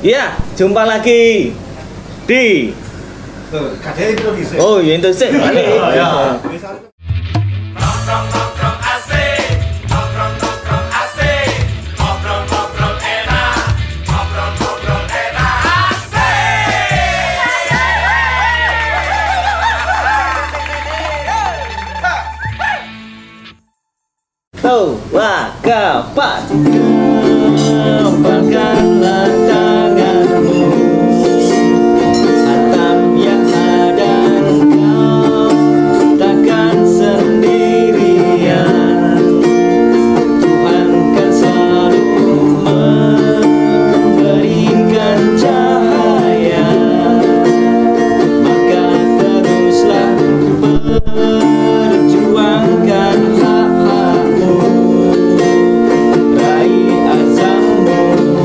Iya, jumpa lagi di Oh, ya itu sih. Ya. Tuh, wakapat. Gempalkanlah tanganmu, atap yang ada engkau takkan sendirian. Tuhan kan selalu memberikan cahaya, maka teruslah perjuangkan hak-hakmu, raih azammu.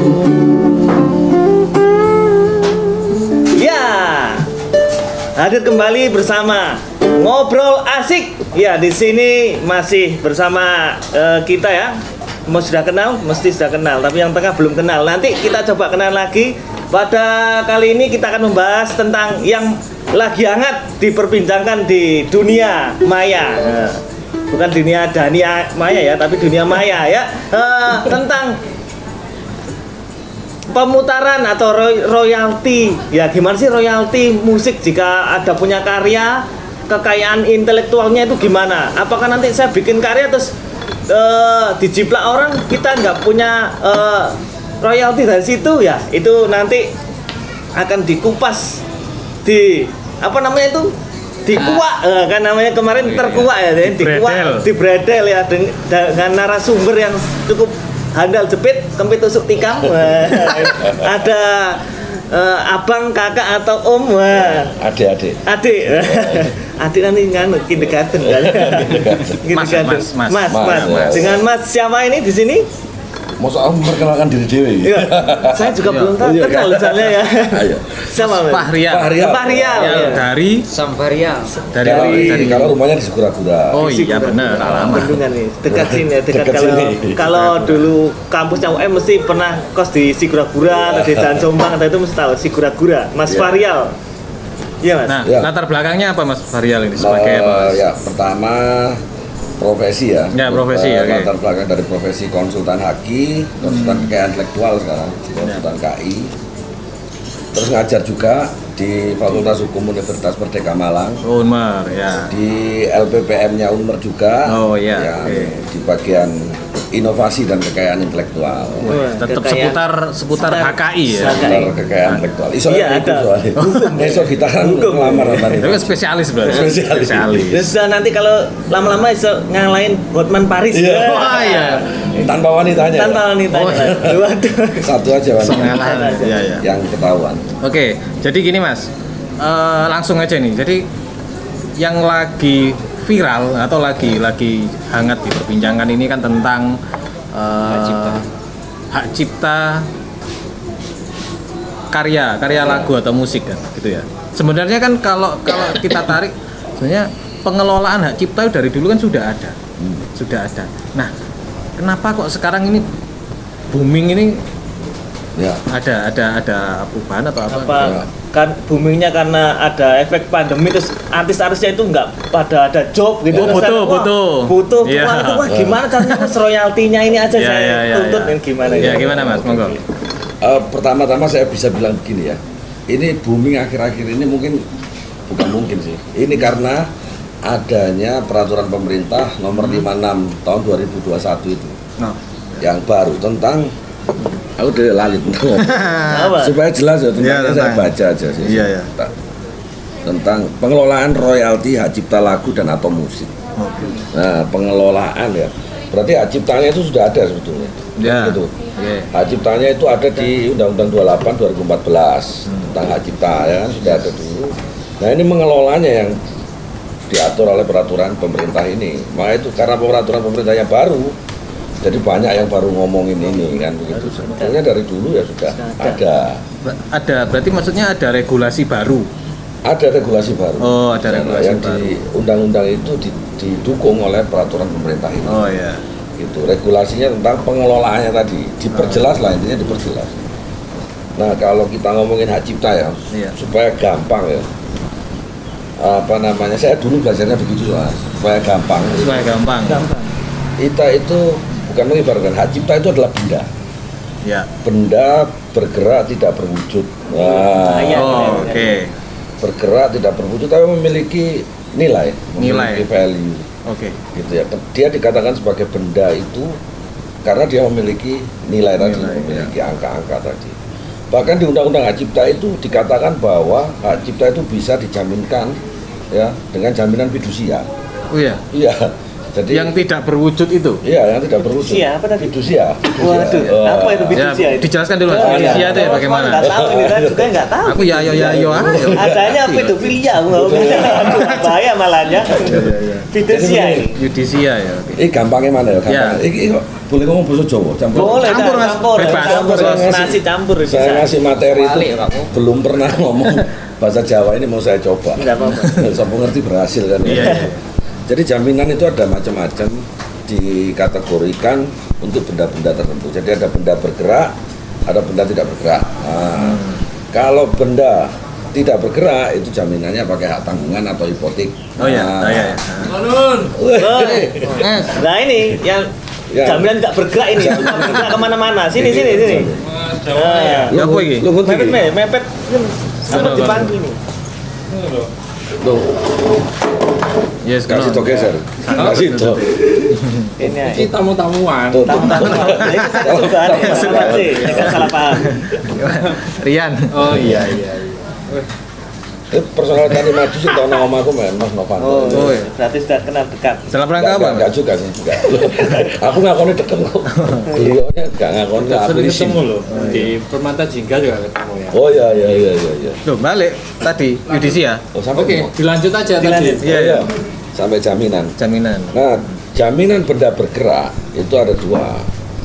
Ya, hadir kembali bersama Ngobrol Asik. Ya, di sini masih bersama kita ya. Sudah kenal, mesti sudah kenal, tapi yang tengah belum kenal. Nanti kita coba kenal lagi. Pada kali ini kita akan membahas tentang yang lagi hangat diperbincangkan di dunia maya. Bukan dunia Dania Maya ya, tapi dunia maya ya. Tentang pemutaran atau royalti. Ya, gimana sih royalti musik jika ada punya karya, kekayaan intelektualnya itu gimana? Apakah nanti saya bikin karya terus dijiplak orang, kita nggak punya royalti dari situ ya? Itu nanti akan dikupas di apa namanya itu? Dikuak kan namanya kemarin terkuak ya, dikuak, dibredel ya dengan narasumber yang cukup handal jepit, kempit tusuk tikam. Ada abang, kakak atau om, adik nanti nganut kindergarten kan. Mas. Dengan Mas siapa ini di sini? Masa aku memperkenalkan diri dewi? Iya. Saya juga belum tahu kenal misalnya ya. Siapa? Fahrial. Dari Samfarial. Dari kalau rumahnya di Siguragura. Oh iya benar. Bendungan nih, dekat sini ya, dekat kalau dulu kampusnya UM mesti pernah kos di Siguragura atau di Jalan Jombang, atau itu mesti tahu Siguragura. Mas Fahrial. Iya Mas. Nah, latar belakangnya apa Mas Fahrial ini sebagai apa? Ya, pertama profesi ya. Ya, profesi ya. Latar belakang dari profesi konsultan HAKI, konsultan kekayaan intelektual sekarang, konsultan KI. Terus ngajar juga di Fakultas Hukum Universitas Merdeka Malang. Unmer ya. Di LPPM-nya Unmer juga. Oh iya. Di bagian inovasi dan kekayaan intelektual. Tetap seputar HKI ya. Seputar kekayaan intelektual. Iya ada. Besok kita kan ngelamar apa nih? Itu spesialis berarti. Spesialis. Terus nanti kalau lama-lama bisa ngalahin Hotman Paris. Iya. Wah iya. Tanpa wanitanya. Satu aja wanita. Iya. Yang ketahuan. Oke, jadi gini Mas. Langsung aja nih. Jadi yang lagi viral atau lagi hangat diperbincangkan ini kan tentang hak cipta karya lagu atau musik kan gitu ya. Sebenarnya kan kalau kita tarik sebenarnya pengelolaan hak cipta dari dulu kan sudah ada. Nah, kenapa kok sekarang ini booming ini? Ya. Ada perubahan atau apa? Ya. Kan boomingnya karena ada efek pandemi, terus artis-artisnya itu nggak pada ada job gitu. Butuh. Ya. Wah, gimana caranya royaltinya ini aja saya tuntut dan gimana? Ya gimana Mas? Monggo. Pertama-tama saya bisa bilang begini ya. Ini booming akhir-akhir ini bukan mungkin sih. Ini karena adanya peraturan pemerintah nomor 56 tahun 2021 itu. Yang baru tentang aku udah lalit supaya jelas ya tentang saya baca aja sih. Iya. Tentang pengelolaan royalti hak cipta lagu dan atau musik. Nah, pengelolaan ya. Berarti hak ciptanya itu sudah ada sebetulnya. Ya. Gitu. Hak ciptanya itu ada di Undang-Undang 28 2014 tentang hak cipta ya kan sudah ada dulu. Nah, ini mengelolanya yang diatur oleh peraturan pemerintah ini. Maka itu karena peraturan pemerintahnya baru, jadi banyak yang baru ngomongin ini kan begitu. Sebetulnya dari dulu ya sudah ada. Berarti maksudnya ada regulasi baru. Ada regulasi baru. Oh, ada regulasi yang baru. Di undang-undang itu didukung oleh peraturan pemerintah ini. Oh ya. Gitu. Regulasinya tentang pengelolaannya tadi diperjelas lah, intinya diperjelas. Nah kalau kita ngomongin hak cipta ya, Iya. supaya gampang ya, apa namanya, saya dulu belajarnya begitu lah, supaya gampang. Supaya gampang. Kita itu bukan mengibaratkan, hak cipta itu adalah benda. Ya. Benda bergerak tidak berwujud. Nah, Iya, Oh, iya, oke. bergerak tidak berwujud tapi memiliki nilai, memiliki value. Oke. Gitu ya. Dia dikatakan sebagai benda itu karena dia memiliki nilai tadi, Nilai, memiliki angka-angka tadi. Bahkan di Undang-Undang Hak Cipta itu dikatakan bahwa hak cipta itu bisa dijaminkan ya dengan jaminan fidusia. Oh iya. Iya. Jadi Yang tidak berwujud itu. iya, yang tidak berwujud. Fidusia, apa tadi? Fidusia. Waduh, apa itu Ya, fidusia itu? dijelaskan dulu Mas. Oh, Fidusia iya. itu ya bagaimana? Nggak tahu ini, saya juga nggak tahu. Aku ya ayo aja. Adanya pedofilia, aku nggak tahu. Aduh, bahaya malahnya. Iya. Fidusia ini. Yudisia ya. Oke. Ini gampangnya mana ya? Gampang. Ya. Ini kok boleh ngomong bahasa Jawa? Campur. Boleh, Campur, Mas. campur, Bebas. campur, Saya ngasih- nasi campur bisa. Saya ngasih materi itu Balik, Pak. belum pernah ngomong bahasa Jawa, ini mau saya coba. Nggak apa-apa. Sampai ngerti berhasil kan. Iya. Jadi jaminan itu ada macam-macam, dikategorikan untuk benda-benda tertentu. Jadi ada benda bergerak, ada benda tidak bergerak. Nah, kalau benda tidak bergerak itu jaminannya pakai hak tanggungan atau hipotek. Oh iya. Nah, Oh iya. Oh, Mas. nah ini yang Ya. jaminan nggak bergerak ini, nggak bergerak kemana-mana. Sini. Nah, ya. Ya apa iki? Lu ngerti Mepet, iki? mepet. Apa di pangku ini? Loh, Yes, kasih kenal. tok geser. Kasih tok. Ini aja. Ini tamu-tamuan. Tuh, tuh. Tahu-tahu. Nah, ini saya kesukaan ya, salah sih. Ini kan salah paham. Rian. Oh iya. Personal tani maju sih tahun nama aku Mas Novanto. Oh, iya. Berarti sudah kenal dekat. Dalam rangka apa? Enggak juga sih, enggak. Aku ngakoni deket kok. Beliaunya enggak ngakoni, aku Sering isin. ketemu loh di Permata Jingga juga ketemu ya. Oh iya. Loh, balik tadi Yudisia. Oh, sampai Oke, mau. dilanjut aja Dilanjut. tadi. Iya, iya. Sampai jaminan. Jaminan. Nah, jaminan benda bergerak itu ada dua,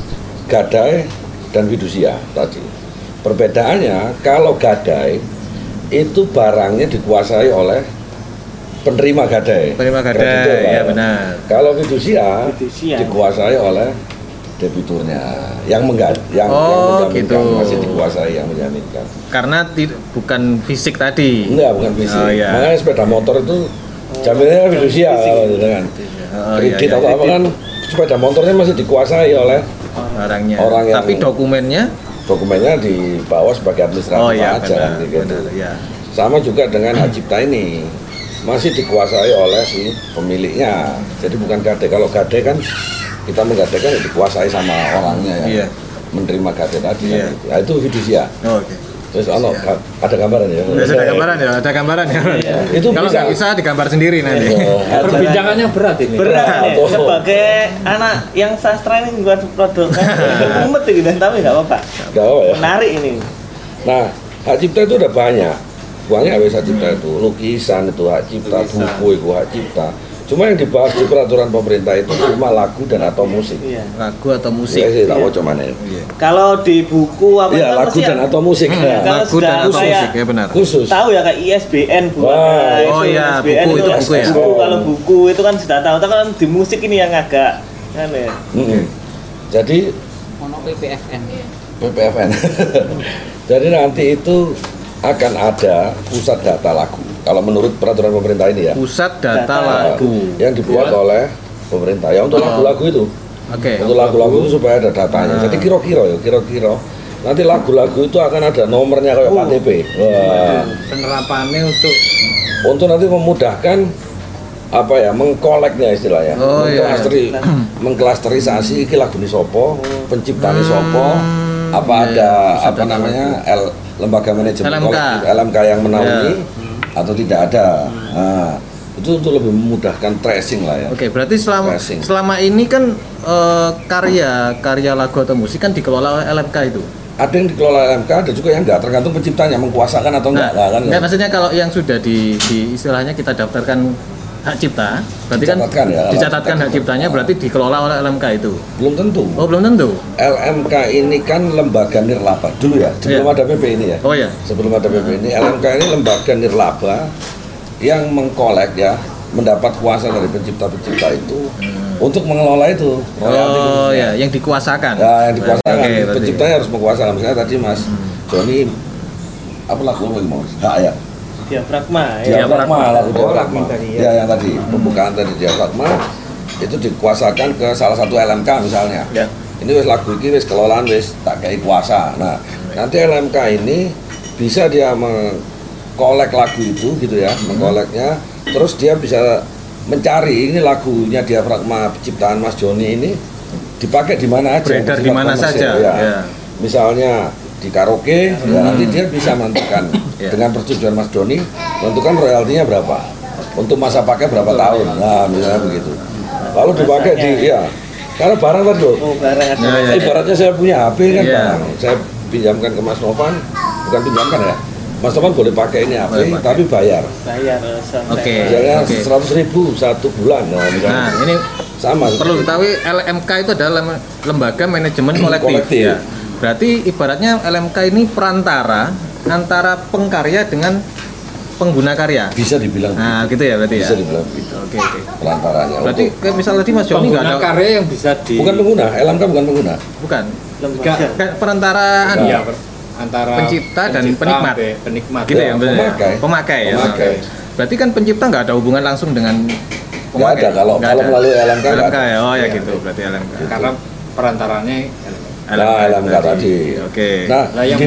gadai dan fidusia tadi. Perbedaannya, kalau gadai itu barangnya dikuasai oleh penerima gadai. Penerima gadai, Kreditur, ya kan? benar. Kalau fidusia Fidusia. dikuasai oleh debiturnya, yang yang Oh, menjaminkan, gitu. masih dikuasai yang menjaminkan. Karena bukan fisik tadi. Enggak, bukan fisik. Oh, iya. Makanya sepeda motor itu jaminannya fidusia, gitu kan. Oh, Kredit iya, atau apa kan sepeda motornya masih dikuasai oleh Barangnya. Orang yang- Tapi dokumennya. dokumennya dibawa sebagai administratif Oh iya, aja kan benar. gitu. Benar, ya. Sama juga dengan hak cipta ini masih dikuasai oleh si pemiliknya. Jadi bukan gade. Kalau gade kan kita menggadaikan dikuasai sama orangnya ya. Iya. Menerima gade tadi Iya. kan. Nah, itu fidusia. Oh, oke. Terus ada gambaran ya. Ada gambaran ya, ada gambaran ya. Itu Kalau bisa. nggak bisa digambar sendiri nanti. Perbincangannya berat ini. Berat nih. Oh. Sebagai anak yang sastra ini buat produk kan umet gitu dan tapi nggak apa-apa. Gak apa ya. Menarik ini. Nah, hak cipta itu udah banyak. Banyak habis hak cipta itu. Lukisan itu hak cipta, buku itu hak cipta. Cuma yang dibahas di peraturan pemerintah itu cuma lagu dan atau musik. Iya. Lagu atau musik. Saya sih tak mau cuman ya. Iya. Kalau di buku apa Iya, kan lagu mesti dan atau musik. Kalau Lagu sudah dan atau kayak- musik ya benar. Khusus. tahu ya kayak ISBN Bu. Wah. Nah, Oh iya, ISBN buku itu buku ya. Kalau buku itu kan sudah tahu. Tapi kan di musik ini yang agak kan ya. Jadi Ono PPFN. PPFN. Jadi nanti itu akan ada pusat data lagu. Kalau menurut peraturan pemerintah ini ya, Pusat data Data lagu. yang dibuat oleh pemerintah ya untuk lagu-lagu itu. Oke. Untuk lagu-lagu itu supaya ada datanya. Jadi kira-kira nanti lagu-lagu itu akan ada nomornya kayak KTP. Wah. Penerapannya Untuk nanti memudahkan apa ya, mengkoleknya istilahnya. Oh, iya. Mengklasterisasi iki lagune sapa, penciptane sapa, apa Iya, ada iya. apa namanya lembaga manajemen LMK. kolektif LMK yang menaungi Iya. atau tidak ada. Nah, itu untuk lebih memudahkan tracing lah ya. Oke, berarti Tracing. selama ini kan karya lagu atau musik kan dikelola oleh LMK itu. Ada yang dikelola LMK, ada juga yang enggak, tergantung penciptanya mengkuasakan atau enggak lah kan. Enggak, maksudnya kalau yang sudah di istilahnya kita daftarkan hak cipta, berarti kan Dicatatkan ya, kalau dicatatkan hak ciptanya berarti dikelola oleh LMK itu. Belum tentu. Oh, belum tentu. LMK ini kan lembaga nirlaba dulu ya, sebelum Iya. ada PP ini ya. Oh ya. Sebelum ada PP ini, LMK ini lembaga nirlaba yang mengkolek ya, mendapat kuasa dari pencipta-pencipta itu untuk mengelola itu royalti Oh khususnya. ya, yang dikuasakan. Ya, yang dikuasakan. Oke, berarti. Penciptanya harus menguasakan. Misalnya tadi Mas Joni apa lagu apa mau? Hak ya. Diafragma ya. Diafragma lagu Diafragma. tadi ya. Ya yang tadi pembukaan tadi Diafragma itu dikuasakan ke salah satu LMK misalnya. Ya. Ini wis lagu ini wis kelolaan wis tak kayak kuasa. Nah, nanti LMK ini bisa dia mengkolek lagu itu gitu ya, mengkoleknya, terus dia bisa mencari ini lagunya Diafragma ciptaan Mas Joni ini dipakai di mana aja, Beredar di mana saja. ya. Ya. Misalnya di karaoke, ya nanti dia bisa menentukan Ya. dengan persetujuan Mas Joni, menentukan royaltinya berapa, untuk masa pakai berapa tahun, nah misalnya begitu. Lalu dipakai di, ya, karena barang tadi loh. Oh, barang ada. Ya, ya. Ibaratnya saya punya HP kan Iya. barang, saya pinjamkan ke Mas Novan, bukan pinjamkan ya, Mas Novan boleh pakai ini HP, Boleh pakai. tapi bayar. Bayar sampai. Oke. Misalnya Oke. 100.000 satu bulan, nah, misalnya. Nah, ini Sama. perlu diketahui LMK itu adalah lembaga manajemen kolektif. Kolektif. Ya. Berarti ibaratnya LMK ini perantara antara pengkarya dengan pengguna karya. Bisa dibilang Nah, gitu ya berarti bisa ya. dibilang begitu. Oke, oke. Perantaranya. Berarti Untuk- kayak misal tadi Mas Joni nggak Pengguna ada karya yang bisa di bukan pengguna, LMK bukan pengguna. bukan. Lembaga. Kayak perantaraan Iya, ya. antara Pencipta dan penikmat. sampai penikmat. Gitu ya, Ya, betul ya? pemakai. Pemakai ya. Pemakai. Berarti kan pencipta nggak ada hubungan langsung dengan Nggak ada, kalau melalui LMK nggak LMK ada. ya. Oh ya Iya. gitu, berarti LMK. Karena perantaranya Nah, LMK tadi. Oke. Nah, lah yang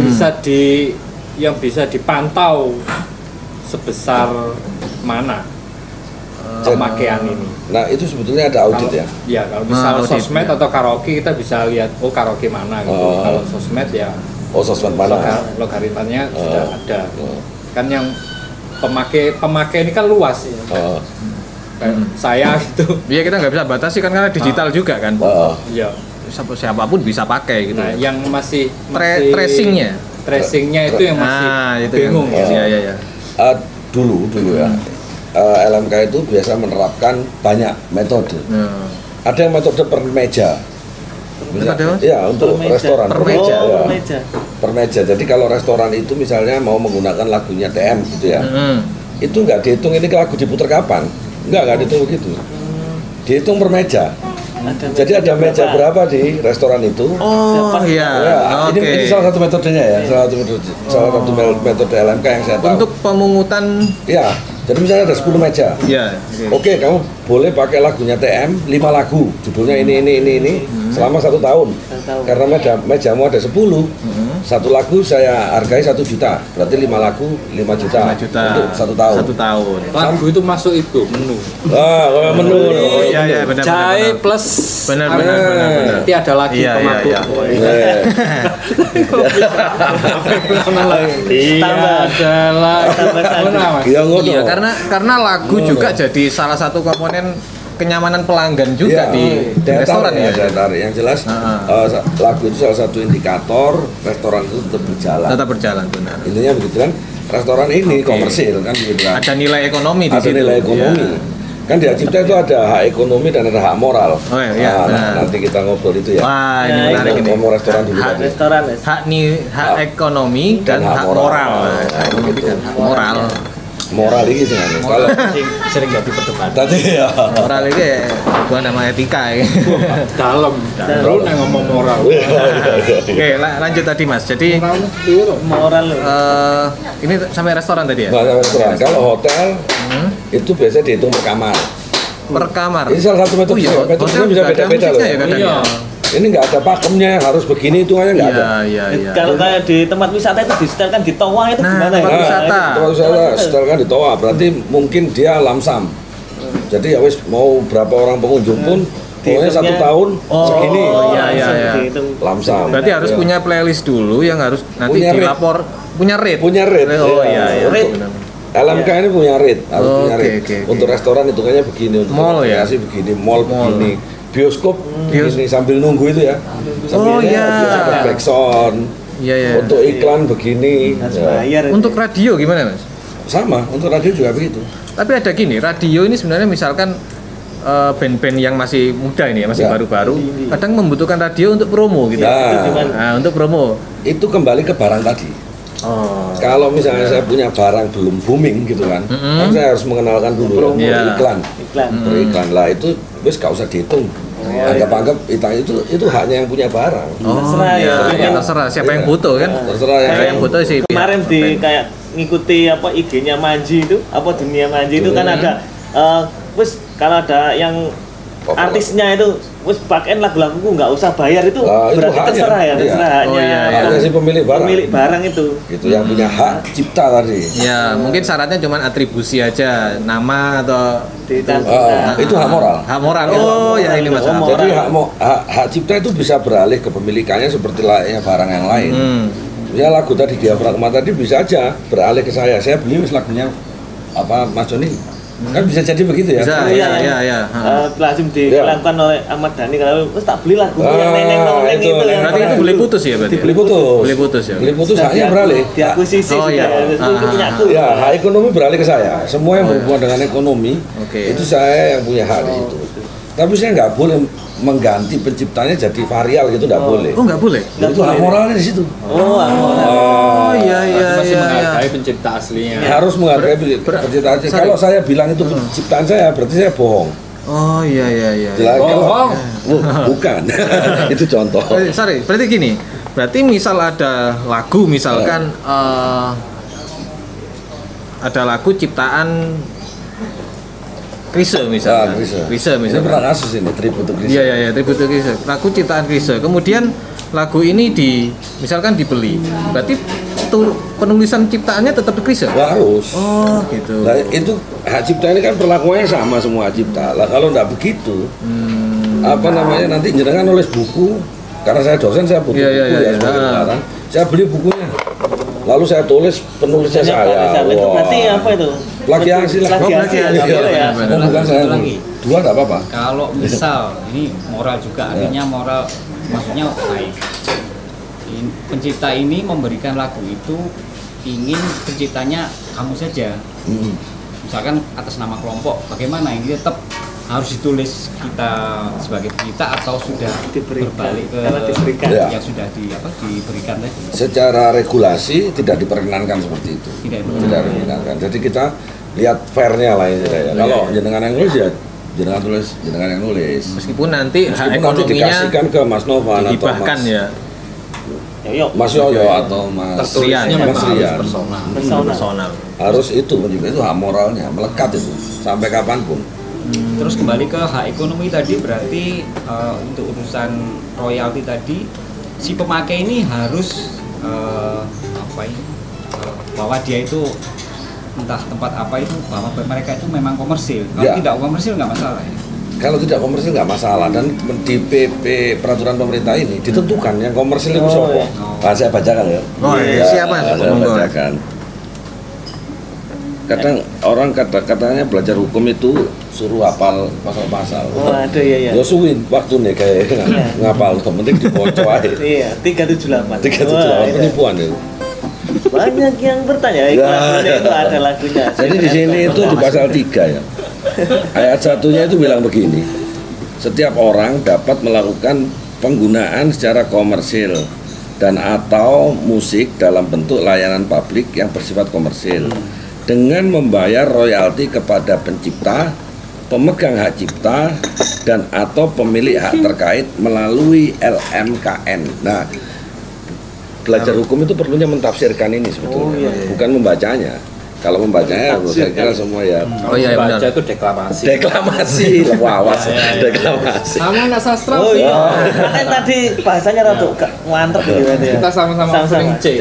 bisa dipantau sebesar mana pemakaian ini. nah itu sebetulnya ada audit ya. Ya, kalau misal audit, sosmed ya. atau karaoke kita bisa lihat karaoke mana gitu. Oh. Kalau sosmed ya Oh, sosmed mana? logaritmanya sudah ada. Oh. Kan yang pemakai ini kan luas ya. Oh, Kayak saya gitu. Iya, kita nggak bisa batasi kan karena digital juga kan. oh. Iya. Siapapun bisa pakai gitu. Nah, yang masih Tracingnya. tracingnya itu yang masih itu bingung. yang, ya. Iya, iya. Dulu ya. LMK itu biasa menerapkan banyak metode. Nah, Ada yang metode per meja. Metode apa? Ya, untuk Per meja. restoran. Per meja. Oh, Ya, per meja. per meja. Jadi kalau restoran itu misalnya mau menggunakan lagunya TM gitu ya. Itu nggak dihitung ini lagu diputar kapan. Nggak dihitung begitu. Dihitung per meja. Jadi ada meja berapa di restoran itu. Oh iya. Ya, Oke. ini salah satu metodenya ya, salah satu metode LMK yang saya tahu. Untuk pemungutan Ya, jadi misalnya ada 10 meja. ya. Oke, kamu boleh pakai lagunya TM 5 lagu, judulnya ini, selama 1 tahun. 1 tahun. Karena mejamu ada 10, satu lagu saya hargai 1 juta, berarti 5 lagu 5 juta, 5 juta untuk 1 tahun. 1 tahun. Lagu itu masuk itu menu. Wah, kalau menu. Iya, iya, benar. Jahe plus Benar, benar, benar, benar. nanti ada lagi Iya, iya, pemabuk. iya. Eh, Tambah. Adalah Iya ngono. Iya, karena lagu juga jadi salah satu komponen kenyamanan pelanggan juga Iya, di daya restoran tarik ya. daya tarik. Yang jelas lagu itu salah satu indikator restoran itu tetap berjalan. Tetap berjalan benar. Intinya begitu kan, restoran ini komersil kan begitu kan. Ada nilai ekonomi di Ada situ. nilai ekonomi. Iya. Kan di Cipta itu ada hak ekonomi dan ada hak moral. Oh, iya, Nah, benar. nanti kita ngobrol itu ya. Wah, ini Ya, menarik ini. Ngomong restoran dulu Hak tadi. Restoran ya. hak ekonomi dan hak moral. Hak ekonomi dan hak moral. Moral ini sih kan. Kalau sering jadi perdebatan. tadi ya. Moral ini ya, bukan nama etika ya. Dalam. Terus nang ngomong moral. Oke, lanjut tadi Mas. Jadi Moral loh. ini sampai restoran tadi ya? Nah, restoran. Kalau hotel itu biasanya dihitung per kamar. Per kamar. Ini salah satu metode. Oh iya, Metodenya hotel bisa juga ada beda-beda loh. musiknya ya kadang ya? Ini nggak ada pakemnya, harus begini hitungannya nggak ada. Iya, iya. Kalau kayak di tempat wisata itu disetelkan di toa itu Nah, gimana ya? tempat wisata. Kalau saya setelkan di toa, berarti mungkin dia lamsam. Jadi ya wis mau berapa orang pengunjung pun, pokoknya 1 tahun segini. iya, iya, iya. Lamsam. Berarti harus Ya. punya playlist dulu yang harus nanti Punya rate. dilapor, punya rate. Punya rate. Oh iya, iya. Rate. benar. LMK ini punya rate, harus Oh, punya oke, rate. oke, oke. Untuk restoran hitungannya begini, untuk Mall ya? rekreasi begini, mall Mall. begini, bioskop begini sambil nunggu itu ya. Oh, Sambil iya. bioskop backsound. Iya, iya. Untuk iklan begini. Harus Ya. bayar. itu. Untuk radio gimana Mas? Sama, untuk radio juga begitu. Tapi ada gini, radio ini sebenarnya misalkan band-band yang masih muda ini ya, masih Ya. baru-baru, kadang membutuhkan radio untuk promo gitu. Ya. Nah, untuk promo. Itu kembali ke barang tadi. Oh. Kalau misalnya saya punya barang belum booming gitu kan, kan saya harus mengenalkan dulu ya, Iya. iklan. Iklan. Beriklan lah itu wis gak usah dihitung Anggap-anggap itu haknya yang punya barang. Terserah ya. Ya terserah siapa yang butuh kan. Terserah Yang butuh sih. Kemarin di kayak ngikuti apa IG-nya Manji itu, apa dunia Manji itu kan ada wis kalau ada yang artisnya itu wis pakein lagu-laguku nggak usah bayar itu berarti haknya. terserah ya, terserah haknya Haknya si pemilik barang. Pemilik barang itu. Itu yang punya hak cipta tadi. Ya, mungkin syaratnya cuma atribusi aja, nama atau Itu hak moral. hak moral. Oh, ya ini masalah. Jadi hak cipta itu bisa beralih ke pemilikannya seperti layaknya barang yang lain. Ya lagu tadi Diafragma tadi bisa aja beralih ke saya. Saya beli wis lagunya apa Mas Joni. Kan bisa jadi begitu ya. Bisa, ya. Lazim dilakukan oleh Ahmad Dhani kalau terus tak beli lagu yang neneng-neneng itu. Berarti itu boleh putus ya berarti. Beli putus. Boleh putus ya. Beli putus haknya beralih. Diakuisisi iya. itu punya aku. Ya, hak ekonomi beralih ke saya. Semua yang berhubungan dengan ekonomi itu saya yang punya hak di situ. Tapi saya nggak boleh mengganti penciptanya jadi varial gitu, nggak boleh. Oh, nggak boleh. Itu hak moralnya di situ. Oh, iya. Masih menghargai pencipta aslinya. Harus menghargai penciptaan. Kalau saya bilang itu penciptaan saya, berarti saya bohong. Oh, iya. Bohong? Bukan. Itu contoh. Sorry, berarti gini. Berarti misal ada lagu misalkan ada lagu ciptaan Chrisye misalnya. Chrisye misalnya. Ini pernah kasus ini, tribute to Chrisye. Iya, tribute to Chrisye. Lagu ciptaan Chrisye. Kemudian lagu ini misalkan dibeli. Berarti penulisan ciptaannya tetap Chrisye? Harus. Oh, gitu. Nah, itu hak cipta ini kan perlakuannya sama semua hak cipta. Lah kalau nggak begitu, nanti jenengan nulis buku, karena saya dosen saya butuh buku sebagai pengarang. Saya beli bukunya. Lalu saya tulis penulisnya saya. Itu berarti apa itu? Plagiasi lah. Bukan saya. Dua nggak apa-apa. Kalau misal ini moral juga, artinya moral maksudnya baik. Pencipta ini memberikan lagu itu ingin penciptanya kamu saja. Misalkan atas nama kelompok, bagaimana ini tetap harus ditulis kita sebagai pencipta atau sudah berbalik ke yang sudah diberikan tadi? Secara regulasi tidak diperkenankan seperti itu. Tidak diperkenankan. Jadi kita lihat fairnya lah ini ya. Kalau jenengan yang nulis ya jenengan tulis, jenengan yang nulis. Meskipun nanti dikasihkan ke Mas Novan atau Mas Mas Yoyo atau Mas Rian. Personal. Harus itu hak moralnya melekat itu sampai kapanpun. Terus kembali ke hak ekonomi tadi, berarti untuk urusan royalti tadi si pemakai ini harus bahwa dia itu entah tempat apa itu bahwa mereka itu memang komersil. Kalau tidak komersil nggak masalah ya. Kalau tidak komersil nggak masalah, dan di PP peraturan pemerintah ini ditentukan yang komersil itu siapa. Nah, saya bacakan ya. Siapa? Saya bacakan. Kadang orang katanya belajar hukum itu suruh hafal pasal-pasal. Iya. Ya suwin waktu nih kayak ngapal, penting dibocor aja. Iya, 378. 378 penipuan itu. Banyak yang bertanya, itu ada lagunya. Jadi di sini itu di pasal 3 ya. Ayat 1-nya itu bilang begini. Setiap orang dapat melakukan penggunaan secara komersil dan atau musik dalam bentuk layanan publik yang bersifat komersil dengan membayar royalti kepada pencipta, pemegang hak cipta, dan atau pemilik hak terkait melalui LMKN. Nah, belajar hukum itu perlunya mentafsirkan ini sebetulnya, bukan membacanya. Kalau membacanya, saya kira semua ya. Membaca itu deklamasi. Deklamasi, wawas, deklamasi. Sama anak sastra. Kan tadi bahasanya rada nganter gitu ya. Kita sama-sama sering C.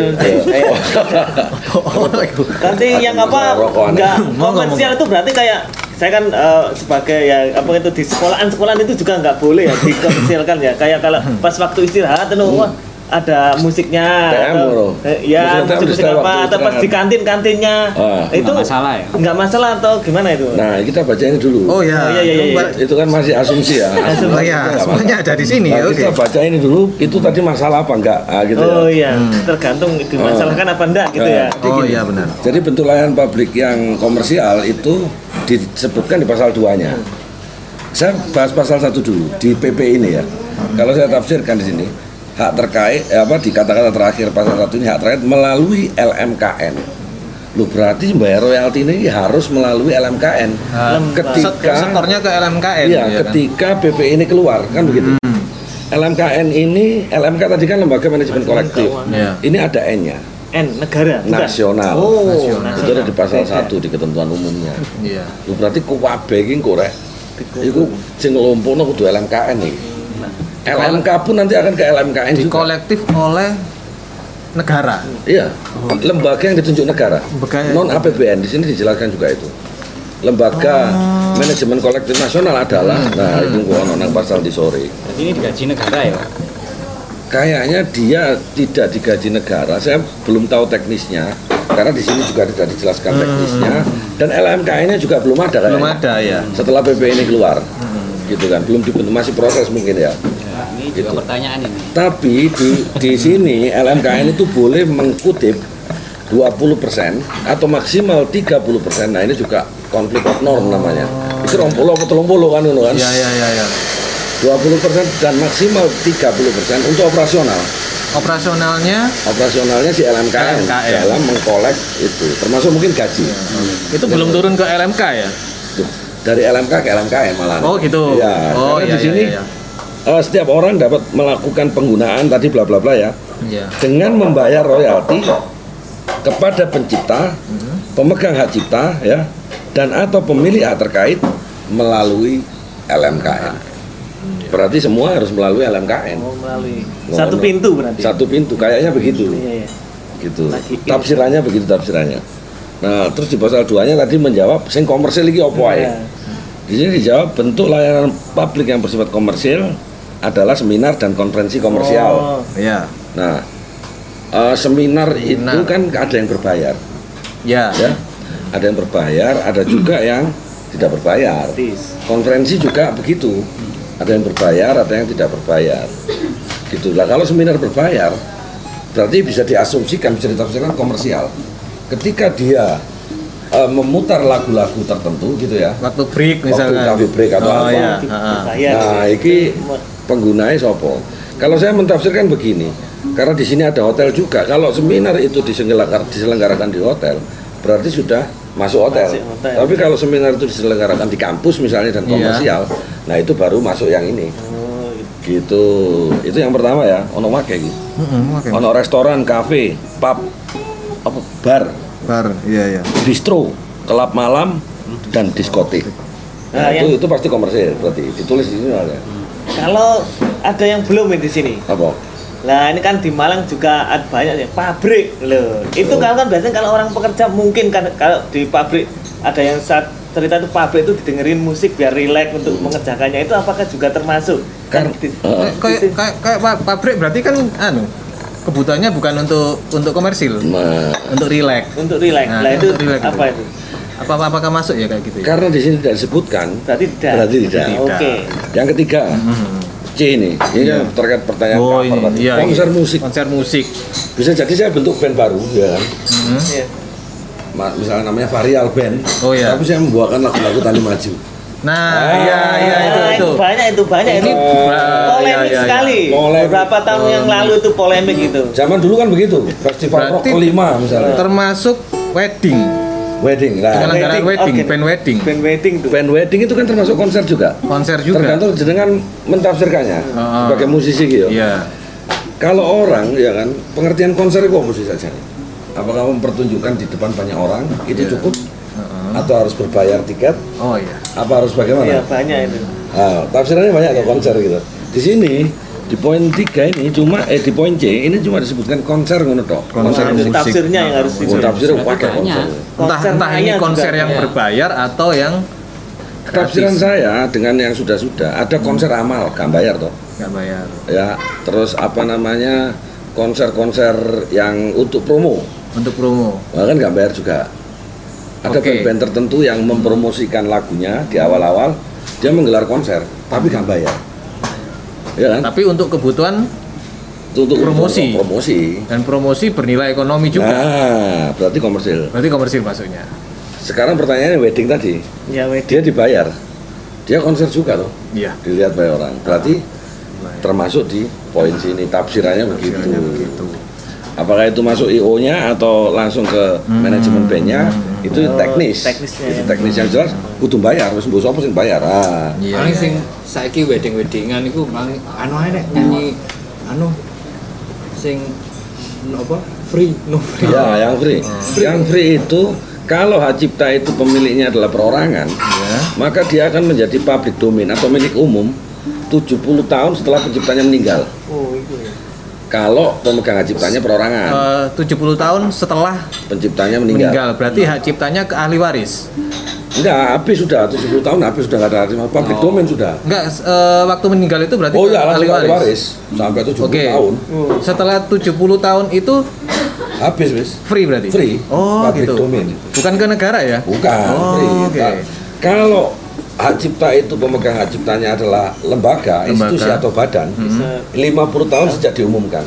Nanti yang apa enggak komersial itu berarti kayak saya kan sebagai ya apa itu di sekolahan itu juga nggak boleh ya dikomersialkan ya. Kayak kalau pas waktu istirahat ada musiknya, musik apa, atau pas di kantinnya, itu nggak masalah ya? Nggak masalah atau gimana itu? Nah, kita baca ini dulu. Oh ya, itu kan masih asumsi ya. Semuanya ada di sini. Kita baca ini dulu, itu tadi masalah apa enggak? Gitu ya. Tergantung dimasalahkan apa enggak gitu ya. Oh iya benar. Jadi bentuk layanan publik yang komersial itu disebutkan di pasal 2-nya. Saya bahas pasal 1 dulu di PP ini ya. Kalau saya tafsirkan di sini, hak terkait di kata-kata terakhir pasal 1 ini hak terkait melalui LMKN. Lu berarti bayar royalti ini harus melalui LMKN. Setornya ke LMKN. Iya, ya ketika PP ini keluar kan begitu. LMKN ini, LMK tadi kan lembaga manajemen kolektif. Iya. Ini ada N-nya. N negara bukan? Nasional. Oh, Nasional. Itu ada di pasal Beda. 1 di ketentuan umumnya. Iya. Lu berarti kuwabe iki korek. Iku sing ngelompono kudu LMKN iki. LMK pun nanti akan ke LMKN juga. Dikolektif oleh negara. Iya. Lembaga yang ditunjuk negara. Lembaga- Non APBN di sini dijelaskan juga itu. Lembaga manajemen kolektif nasional adalah nah itu gua ono nang pasal di sore. Jadi ini digaji negara ya. Kayaknya dia tidak digaji negara. Saya belum tahu teknisnya karena di sini juga tidak dijelaskan teknisnya dan LMKN-nya juga belum ada kayaknya. Belum ada ya. Setelah PP ini keluar. Gitu kan. Belum dibentuk, masih proses mungkin ya. Nah, ini Gitu. juga pertanyaan ini. Tapi di sini LMKN itu boleh mengkutip 20% atau maksimal 30%. Nah, ini juga konflik of norm namanya. Itu 20 atau 30 kan itu kan. Iya, iya, iya, iya. 20% dan maksimal 30% untuk operasional. Operasionalnya si LMKN dalam mengkolek itu, termasuk mungkin gaji. Itu belum turun ke LMK ya? Tuh, dari LMK ke LMKN malah. Oh gitu. Ya, Oh karena iya, di sini iya, iya. Setiap orang dapat melakukan penggunaan tadi bla bla bla ya. Iya. Dengan membayar royalti kepada pencipta, pemegang hak cipta ya, dan atau pemilik hak terkait melalui LMKN. Berarti semua harus melalui LMKN. Oh, melalui Mohon satu maaf. pintu berarti. Satu pintu, kayaknya begitu. Iya, iya. Gitu. Lagi. Tafsirannya begitu tafsirannya. Nah, terus di pasal 2-nya tadi menjawab sing komersil iki opo ae. Iya. Di sini dijawab bentuk layanan publik yang bersifat komersil adalah seminar dan konferensi komersial. Oh, Iya. Nah, seminar itu Seminar. kan ada yang berbayar, Ya. ya. Ada yang berbayar, ada juga yang tidak berbayar. gratis. Konferensi juga begitu. Ada yang berbayar, ada yang tidak berbayar. Gitulah. Kalau seminar berbayar, berarti bisa diasumsikan, bisa ditafsirkan komersial. Ketika dia memutar lagu-lagu tertentu gitu ya. Waktu break Waktu misalkan. coffee break atau Oh apa. iya. Dibayar. Nah, iki penggunanya sopo. Kalau saya mentafsirkan begini, karena di sini ada hotel juga. Kalau seminar itu diselenggarakan di hotel, berarti sudah masuk hotel. Masuk hotel. Tapi kalau seminar itu diselenggarakan di kampus misalnya dan Iya. komersial, nah itu baru masuk yang ini. Oh, Gitu. Itu yang pertama ya, ono wake iki. Oke. Ono restoran, kafe, pub, apa bar, Bar. Iya, iya. bistro, kelab malam dan diskotik. Nah, Nah, yang- itu pasti komersil berarti. Ditulis di sini ada. kalau ada yang belum di sini. Apa? Lah ini kan di Malang juga ada banyak ya pabrik loh. Itu kalau kan biasanya kalau orang pekerja mungkin kan kalau di pabrik ada yang saat cerita itu pabrik itu didengerin musik biar rileks untuk mengerjakannya, itu apakah juga termasuk? Kan, Kayak pabrik berarti kan kebutuhannya bukan untuk komersil, untuk rileks. untuk rileks. Nah, Lah itu untuk rileks apa itu. itu? Apakah masuk ya kayak gitu ya? karena di sini tidak disebutkan, Berarti tidak. berarti tidak. Oke. Yang ketiga, C ini Iya. kan terkait pertanyaan Oh, cover tadi. iya, Konser iya. musik. Konser musik. Bisa jadi saya bentuk band baru, ya kan? Iya. Misalnya namanya Varial Band. Oh, iya. Tapi saya membawakan lagu-lagu Tani Maju. Nah, iya iya Ah, itu. itu banyak Ini itu. iya, Polemik iya, iya. sekali. Polemik. Beberapa tahun yang lalu itu polemik itu. Zaman dulu kan begitu. Festival rock Berarti kelima misalnya. termasuk wedding. Wedding. Nah, Penyelenggaraan wedding, Oke. band wedding. Band wedding tuh. band wedding itu kan termasuk konser juga. Konser juga. Tergantung jenengan mentafsirkannya Ah. sebagai musisi gitu. Iya. Kalau orang ya kan pengertian konser itu apa sih saja? Apakah mempertunjukkan di depan banyak orang itu Iya. cukup atau harus berbayar tiket? Oh iya. Apa harus bagaimana? Iya, banyak itu. Nah, tafsirannya banyak tuh konser gitu. Di sini di poin 3 ini cuma di poin C ini cuma disebutkan konser ngono tok. Konser Nah, itu musik. tafsirnya yang harus Oh, disebut. tafsirnya pakai Banyak. konser. Entah ini Konsernya konser juga yang banyak. berbayar atau yang Tafsiran gratis. saya dengan yang sudah-sudah ada konser amal, gak bayar toh. Nggak bayar. Ya, terus apa namanya? Konser-konser yang untuk promo. Untuk promo. Bahkan nggak bayar juga. Ada Oke. band-band tertentu yang mempromosikan lagunya di awal-awal, dia menggelar konser, tapi nggak bayar. Ya kan? Tapi untuk kebutuhan Untuk promosi. promosi. dan promosi bernilai ekonomi juga. Nah, berarti komersil. Berarti komersil maksudnya. Sekarang pertanyaannya wedding tadi, Ya wedding. dia dibayar, dia konser juga loh, Iya. dilihat banyak orang. Berarti termasuk di poin sini tafsirannya begitu. Tafsirannya begitu. Apakah itu masuk IO-nya atau langsung ke manajemen bandnya, itu teknis. teknisnya. Itu teknis yang jelas kudu bayar, wis mbok sapa sing bayar. Ah. Iya. Paling sing saiki wedding-weddingan iku paling anu ae nek nyanyi anu sing apa? Free, no free. Ya, yang free. Yang free itu kalau hak cipta itu pemiliknya adalah perorangan, maka dia akan menjadi public domain atau milik umum 70 tahun setelah penciptanya meninggal. Oh, itu ya. Kalau pemegang hak ciptanya perorangan, 70 tahun setelah penciptanya meninggal. meninggal, berarti hak ciptanya ke ahli waris. Enggak, habis sudah 70 tahun habis sudah enggak ada public domain sudah. Enggak, waktu meninggal itu berarti Oh ke ya, ahli langsung ahli waris. waris sampai 70 Oke. tahun. Setelah 70 tahun itu Habis wis. free berarti? Free. Oh, Public gitu. domain. Bukan ke negara ya? Bukan, Oh, free. oke. Nah, kalau hak cipta itu pemegang hak ciptanya adalah lembaga, institusi atau badan, 50 tahun sejak diumumkan.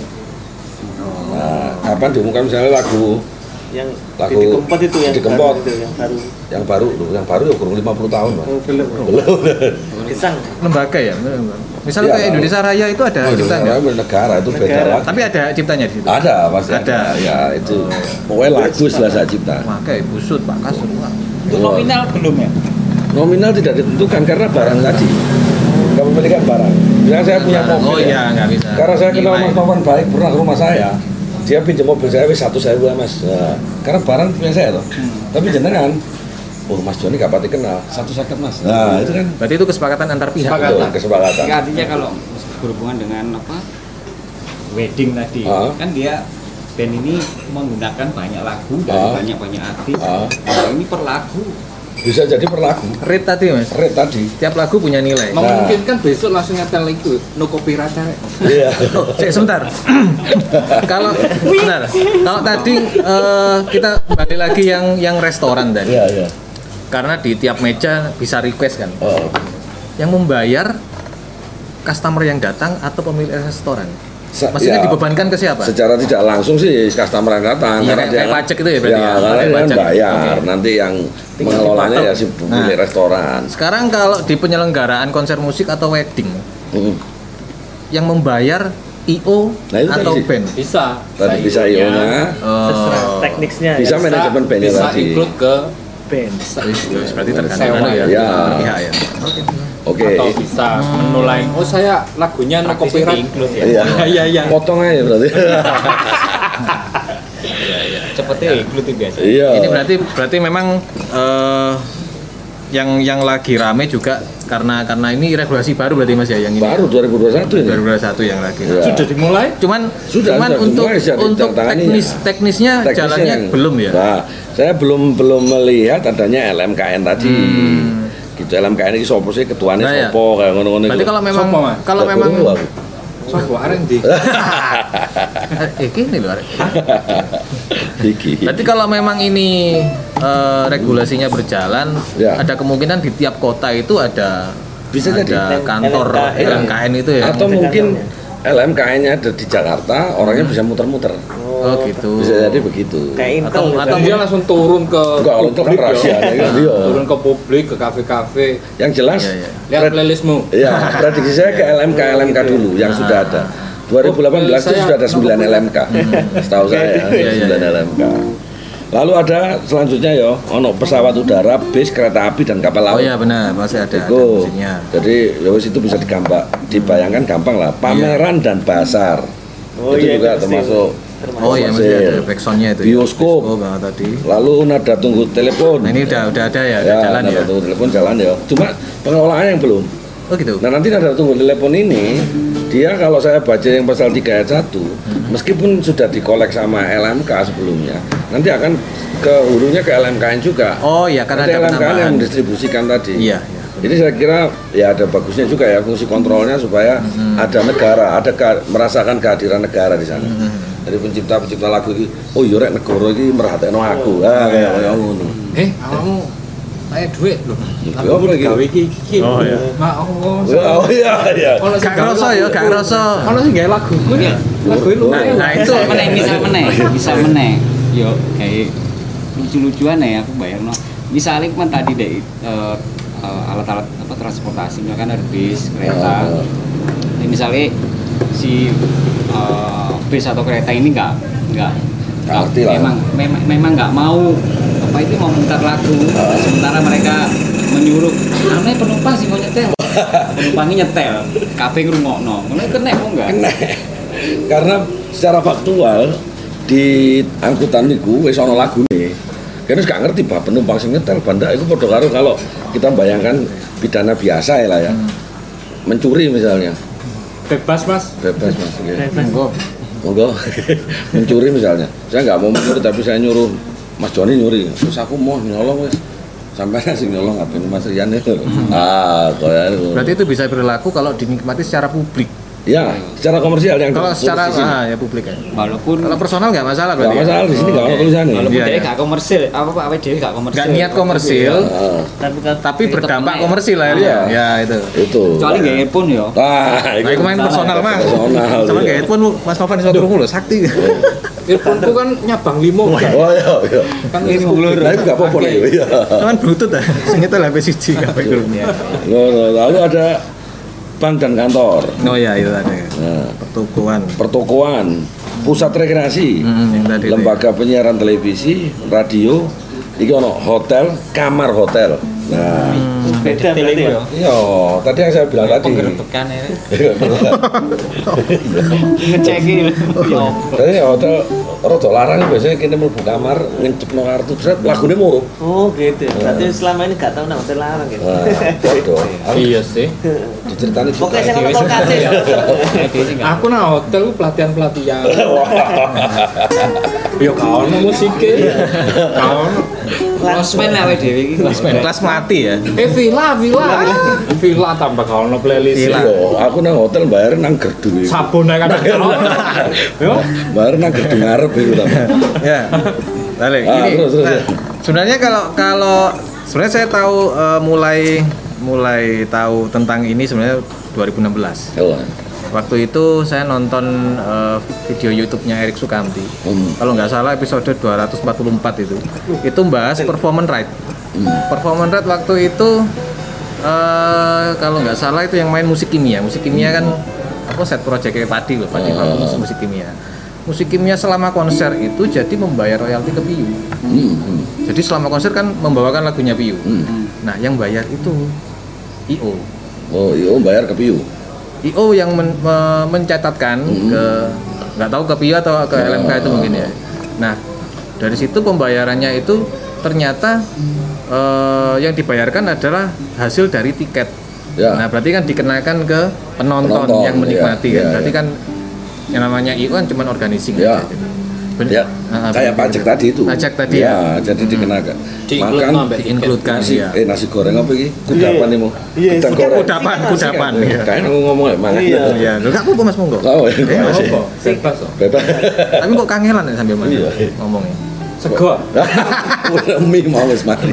Nah, kapan diumumkan misalnya lagu Yang Lagu Didi Kempot itu yang Didi Kempot. baru itu, yang baru. yang baru ya kurang 50 tahun, Mas. Oh, belum. Gesang. Lembaga ya? Misalnya Iya, kayak Indonesia Raya itu ada Oh, ciptanya? negara itu beda Negara. lagi. Tapi ada ciptanya di situ? Ada pasti Ada. Ya itu pokoknya lagu setelah hak cipta. Makanya busut, Pak Kasut. Wah. Untuk nominal belum ya? Nominal tidak ditentukan karena barang tadi. Kepemilikan barang. Misalnya saya punya mobil. Oh ya. iya, nggak bisa. Karena saya kenal Nilai. Mas Taufan baik pernah ke rumah saya. Dia pinjam mobil saya wis 1.000 Mas. Nah, karena barang punya saya loh. Tapi jenengan, oh Mas Joni gak pati kenal, 1.000 Mas. Nah, itu kan Berarti itu kesepakatan antar pihak. betul, kesepakatan. Jadi artinya kalau berhubungan dengan apa wedding tadi, kan dia band ini menggunakan banyak lagu dari banyak artis. Nah, ini per lagu. Bisa jadi per lagu. Rate tadi Mas, Rate tadi. tiap lagu punya nilai. Memungkinkan besok langsung nyetel itu no copyright aja. Iya. Cek sebentar. Kalau benar, kalau tadi kita balik lagi yang restoran tadi. Iya, iya. Karena di tiap meja bisa request kan. Oh. Yang membayar customer yang datang atau pemilik restoran. Ya, Maksudnya dibebankan ke siapa? secara tidak langsung sih customer yang datang. Iya, Karena kayak dia- pajak itu ya berarti ya? karena Kayak dia kan pajak. bayar. Oke. Nanti yang mengelolanya ya si pemilik Nah. restoran. Sekarang kalau di penyelenggaraan konser musik atau wedding, Mm. yang membayar IO Nah, itu atau tadi. band? Bisa. Tadi bisa IO-nya, Terserah Oh, teknisnya bisa ya. manajemen bandnya Bisa tadi. include ke Band. berarti tergantung Sewa. anu ya, Ya. pihak ya. Oke. atau bisa menulai. Oh saya lagunya no Artisnya copyright. di-include ya? Iya. Iya iya. Potong aja berarti. Cepetnya include biasa. Iya. Ini berarti memang yang lagi rame juga karena ini regulasi baru berarti Mas ya yang ini. Baru 2021 ini. 2021 yang lagi. Iya. Sudah dimulai. Cuman Sudah untuk dimulai, sudah untuk ditandatangani teknisnya Teknisnya jalannya yang- belum ya. Nah, saya belum melihat adanya LMKN tadi. Gitu LMKN ini sopo sih ketuanya Nah, ya. sopo kayak ngono-ngono. Berarti itu. kalau memang Sopo, Mas? kalau Nggak memang perlu aku. Sopo areng di. gini loh. Arek. Iki. Berarti kalau memang ini regulasinya berjalan, Ya. ada kemungkinan di tiap kota itu ada Bisa jadi. kantor LMKN. LMKN itu ya. Atau mungkin LMKN-nya ada di Jakarta, orangnya bisa muter-muter. Oh gitu. Bisa jadi begitu. Kayak Atau- Intel. atau- Dia langsung turun ke Enggak, kalau itu kan publik, rahasia, ya. ya kan? Iya. Turun ke publik, ke kafe-kafe. Yang jelas, Iya, iya. Lihat pred- playlistmu. Iya, prediksi saya ke LMK dulu yang sudah ada. 2018 itu saya- sudah ada 9 LMK. Setahu saya Iya, iya, 9 iya. LMK. Lalu ada selanjutnya ya, ono pesawat udara, bis, kereta api dan kapal Oh laut. iya benar, masih ada Itu. musiknya. Jadi ya wis itu bisa dibayangkan gampang lah. Pameran dan pasar. Oh itu iya, juga itu termasuk. Oh iya masih ada backsoundnya itu. ya. Bioskop. Tadi. Lalu nada tunggu telepon. Nah ini udah ada ya, udah jalan nada ya. tunggu telepon jalan ya. Cuma pengelolaannya yang belum. Oh gitu. Nah nanti nada tunggu telepon ini dia kalau saya baca yang pasal 3 ayat 1 meskipun sudah dikolek sama LMK sebelumnya nanti akan ke hulunya ke LMKN juga. Oh iya karena Nanti ada LMKN yang penambahan. mendistribusikan tadi. Iya. Iya. Jadi saya kira ya ada bagusnya juga ya fungsi kontrolnya supaya ada negara, merasakan kehadiran negara di sana. Jadi pencipta lagu ini, oh iya rek negara ini merhatekno aku. Kayak ngono. Kamu kayak duit loh. Duit apa lagi? Gawe iki. Oh, iya. Nah, oh, Oh iya iya. Ono sing Gak kerasa ya, gak kerasa. Ono sing gawe lagu ku nih. Lagu ini lumayan. Nah itu misal meneh yo kayak lucu-lucuan ya aku bayangno misalnya kan tadi deh alat-alat apa transportasi misalkan ada bis kereta misalnya si bis atau kereta ini nggak nggak Ngerti lah. memang nggak mau apa itu mau mutar lagu sementara mereka menyuruh aneh penumpang sih mau nyetel penumpangnya nyetel kabeh ngrungokno ngono kena kok enggak Kena. Karena secara faktual di angkutan niku wis ana lagune. Kene gak ngerti bah penumpang sing nyetel bandak iku padha karo kalau kita bayangkan pidana biasa ya lah ya. Mencuri misalnya. Bebas mas. Bebas Mas. Ya. Monggo. Monggo. Mencuri misalnya. Saya nggak mau mencuri tapi saya nyuruh Mas Joni nyuri. Terus aku mau nyolong wis. Sampai sing nyolong apa Mas Rian itu. Kaya itu. Berarti itu bisa berlaku kalau dinikmati secara publik. Ya, secara komersial yang Kalau secara di sini. ya publik ya. walaupun Kalau personal nggak masalah Nggak berarti. masalah di sini nggak ada tulisannya. walaupun Iya, dia iya. nggak komersil apa dhewe nggak komersil Nggak niat komersil, Ah, tapi tetap berdampak kena ya. komersil akhirnya. Iya. Ya itu. itu. kecuali nggak earphone ya Nah, itu main personal mah. Personal, Sama iya. kayak pun Mas Novan iso krungu lho, sakti. Earphone kan nyabang limo kan. Oh iya. Kan Ini mulur. Nah, itu nggak apa-apa lah ya. Kan bluetooth ah. Sing nyetel HP siji kabeh krungu. Lalu ada bank dan kantor. Oh iya itu tadi. Nah, pertokoan, pusat rekreasi, Yang tadi itu lembaga penyiaran televisi, radio, iki ono hotel, kamar hotel. Nah, Beda berarti ya. iya, tadi yang saya bilang tadi. penggerbekan ya ngecekin Tadi hotel rada larang biasanya kene mlebu kamar ngencepno kartu sret lagune muruk. Oh gitu. Berarti selama ini gak tahu nang hotel larang gitu. Nah, podo. Iya sih. Diceritani Pokoknya saya nonton kasih. Aku nang hotel ku pelatihan. Yo kawan musiknya. Kawan. Losmen lah awake dhewe iki kelas mati ya. Villa tambah kawan playlist. Villa. Yo, aku nang hotel bayar nang gerdu. Sabun ae kadang kawan. Yo. Bayar nang gerdu ngarep itu ta. Ya. Balik. Ah, Ini terus, ya. sebenarnya kalau sebenarnya saya tahu mulai tahu tentang ini sebenarnya 2016. Oh. Waktu itu saya nonton video YouTube-nya Erik Sukamti. Kalau nggak salah episode 244 itu bahas performance right. Performance right waktu itu kalau nggak salah itu yang main musik kimia. Musik kimia kan apa set project Padi loh, Padi musik kimia. Musik kimia selama konser itu jadi membayar royalti ke Piyu. Jadi selama konser kan membawakan lagunya Piyu. Nah, yang bayar itu IO. Oh, iya bayar ke Piyu. IO yang mencatatkan ke nggak tahu ke Piyu atau ke LMK itu mungkin ya. Nah, dari situ pembayarannya itu ternyata yang dibayarkan adalah hasil dari tiket. Ya. Nah, berarti kan dikenakan ke penonton yang menikmati ya, kan. ya, Berarti ya. kan yang namanya IO kan cuma organizing Ya. aja. Ya, kayak pajak tadi itu. Pajak tadi ya. Jadi dikenakan. Makan Diinkludkan nasi, ya. nasi goreng apa iki? Kudapan nih mau. Iya, Udang ikan goreng. Kudapan. Iya. Kayaknya aku ngomong ya, mangan. Iya. Ya, enggak apa-apa Mas monggo. Oh, iya. masih. Apa? Bebas kok. Bebas. Tapi kok kangelan ya sambil Mas Iya. ngomongnya. Sego. Udah mie mau wis mati.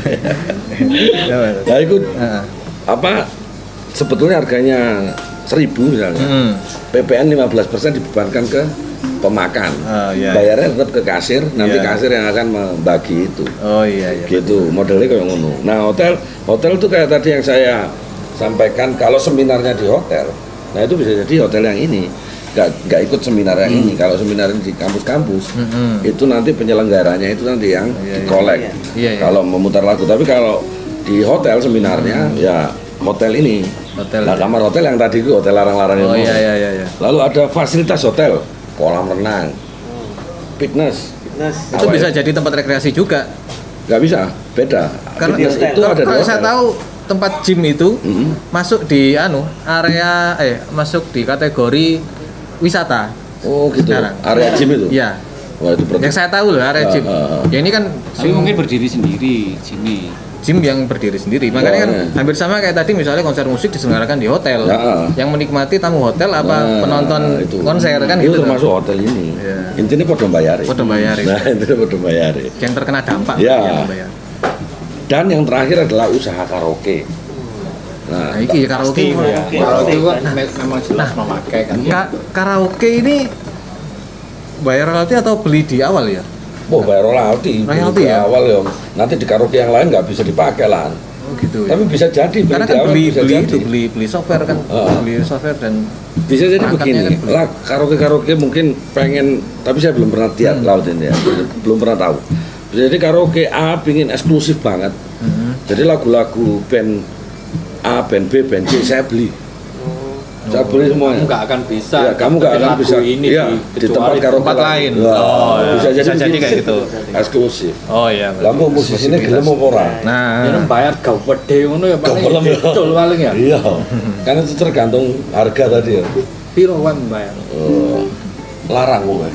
Ya, Mas. Nah, itu Heeh. apa sebetulnya harganya 1.000 misalnya. PPN 15% dibebankan ke pemakan. Oh, iya. Bayarnya tetap ke kasir, nanti Iya. kasir yang akan membagi itu. Oh iya iya. Gitu modelnya kayak ngono. Nah hotel itu kayak tadi yang saya sampaikan kalau seminarnya di hotel, nah itu bisa jadi hotel yang ini nggak ikut seminar yang ini. Kalau seminar ini di kampus-kampus itu nanti penyelenggaranya itu nanti yang dikolek. Iya, iya. Kalau memutar lagu, tapi kalau di hotel seminarnya ya hotel ini. Hotel. Nah kamar hotel yang tadi itu hotel larang-larang Oh itu. iya iya. Lalu ada fasilitas hotel, kolam renang, fitness. Nah, Itu bisa jadi tempat rekreasi juga. Nggak bisa, beda. Karena Fitness itu ada di kalau saya hotel. tahu tempat gym itu Mhm. masuk di area masuk di kategori wisata. Oh gitu. Sekarang. Area gym itu. Iya. Wah itu berarti. Yang saya tahu loh area gym. Ya ini kan tapi mungkin berdiri sendiri sini gym yang berdiri sendiri. Makanya kan iya. hampir sama kayak tadi misalnya konser musik diselenggarakan di hotel. Ya. Yang menikmati tamu hotel apa Nah, penonton itu. konser kan itu gitu. termasuk hotel ini. Iya. Intinya podo bayari. Podo bayari. Nah intinya podo bayari. Yang terkena dampak Ya. yang bayar. Dan yang terakhir adalah usaha karaoke. Nah, Nah, iki karaoke. Kalau itu kan memang jelas memakai kan. Karaoke ini bayar royalti atau beli di awal ya? bayar royalti. Royalti Di ya? awal ya. Nanti di karaoke yang lain nggak bisa dipakai lah. Oh gitu. Tapi bisa jadi Karena di kan awal bisa jadi. beli software kan, beli software dan Bisa jadi perangkatnya begini, kan beli. lah karaoke mungkin pengen, tapi saya belum pernah lihat laut ini ya, belum pernah tahu. Jadi karaoke A pingin eksklusif banget, jadi lagu-lagu band A, band B, band C saya beli. Saya beli semuanya. Kamu nggak akan bisa. Ya, kamu nggak akan lagu bisa. ini Iya, di tempat karaoke tempat lain. Wah, Oh, ya. bisa jadi Bisa jadi kayak gitu. Eksklusif. Oh iya. Lampu musisinya gelem apa ora? Nah, Jangan bayar gak gede ngono ya paling Gak ya. betul paling ya. Iya. Karena itu tergantung harga tadi ya. Piro wan bayar? Larang kok.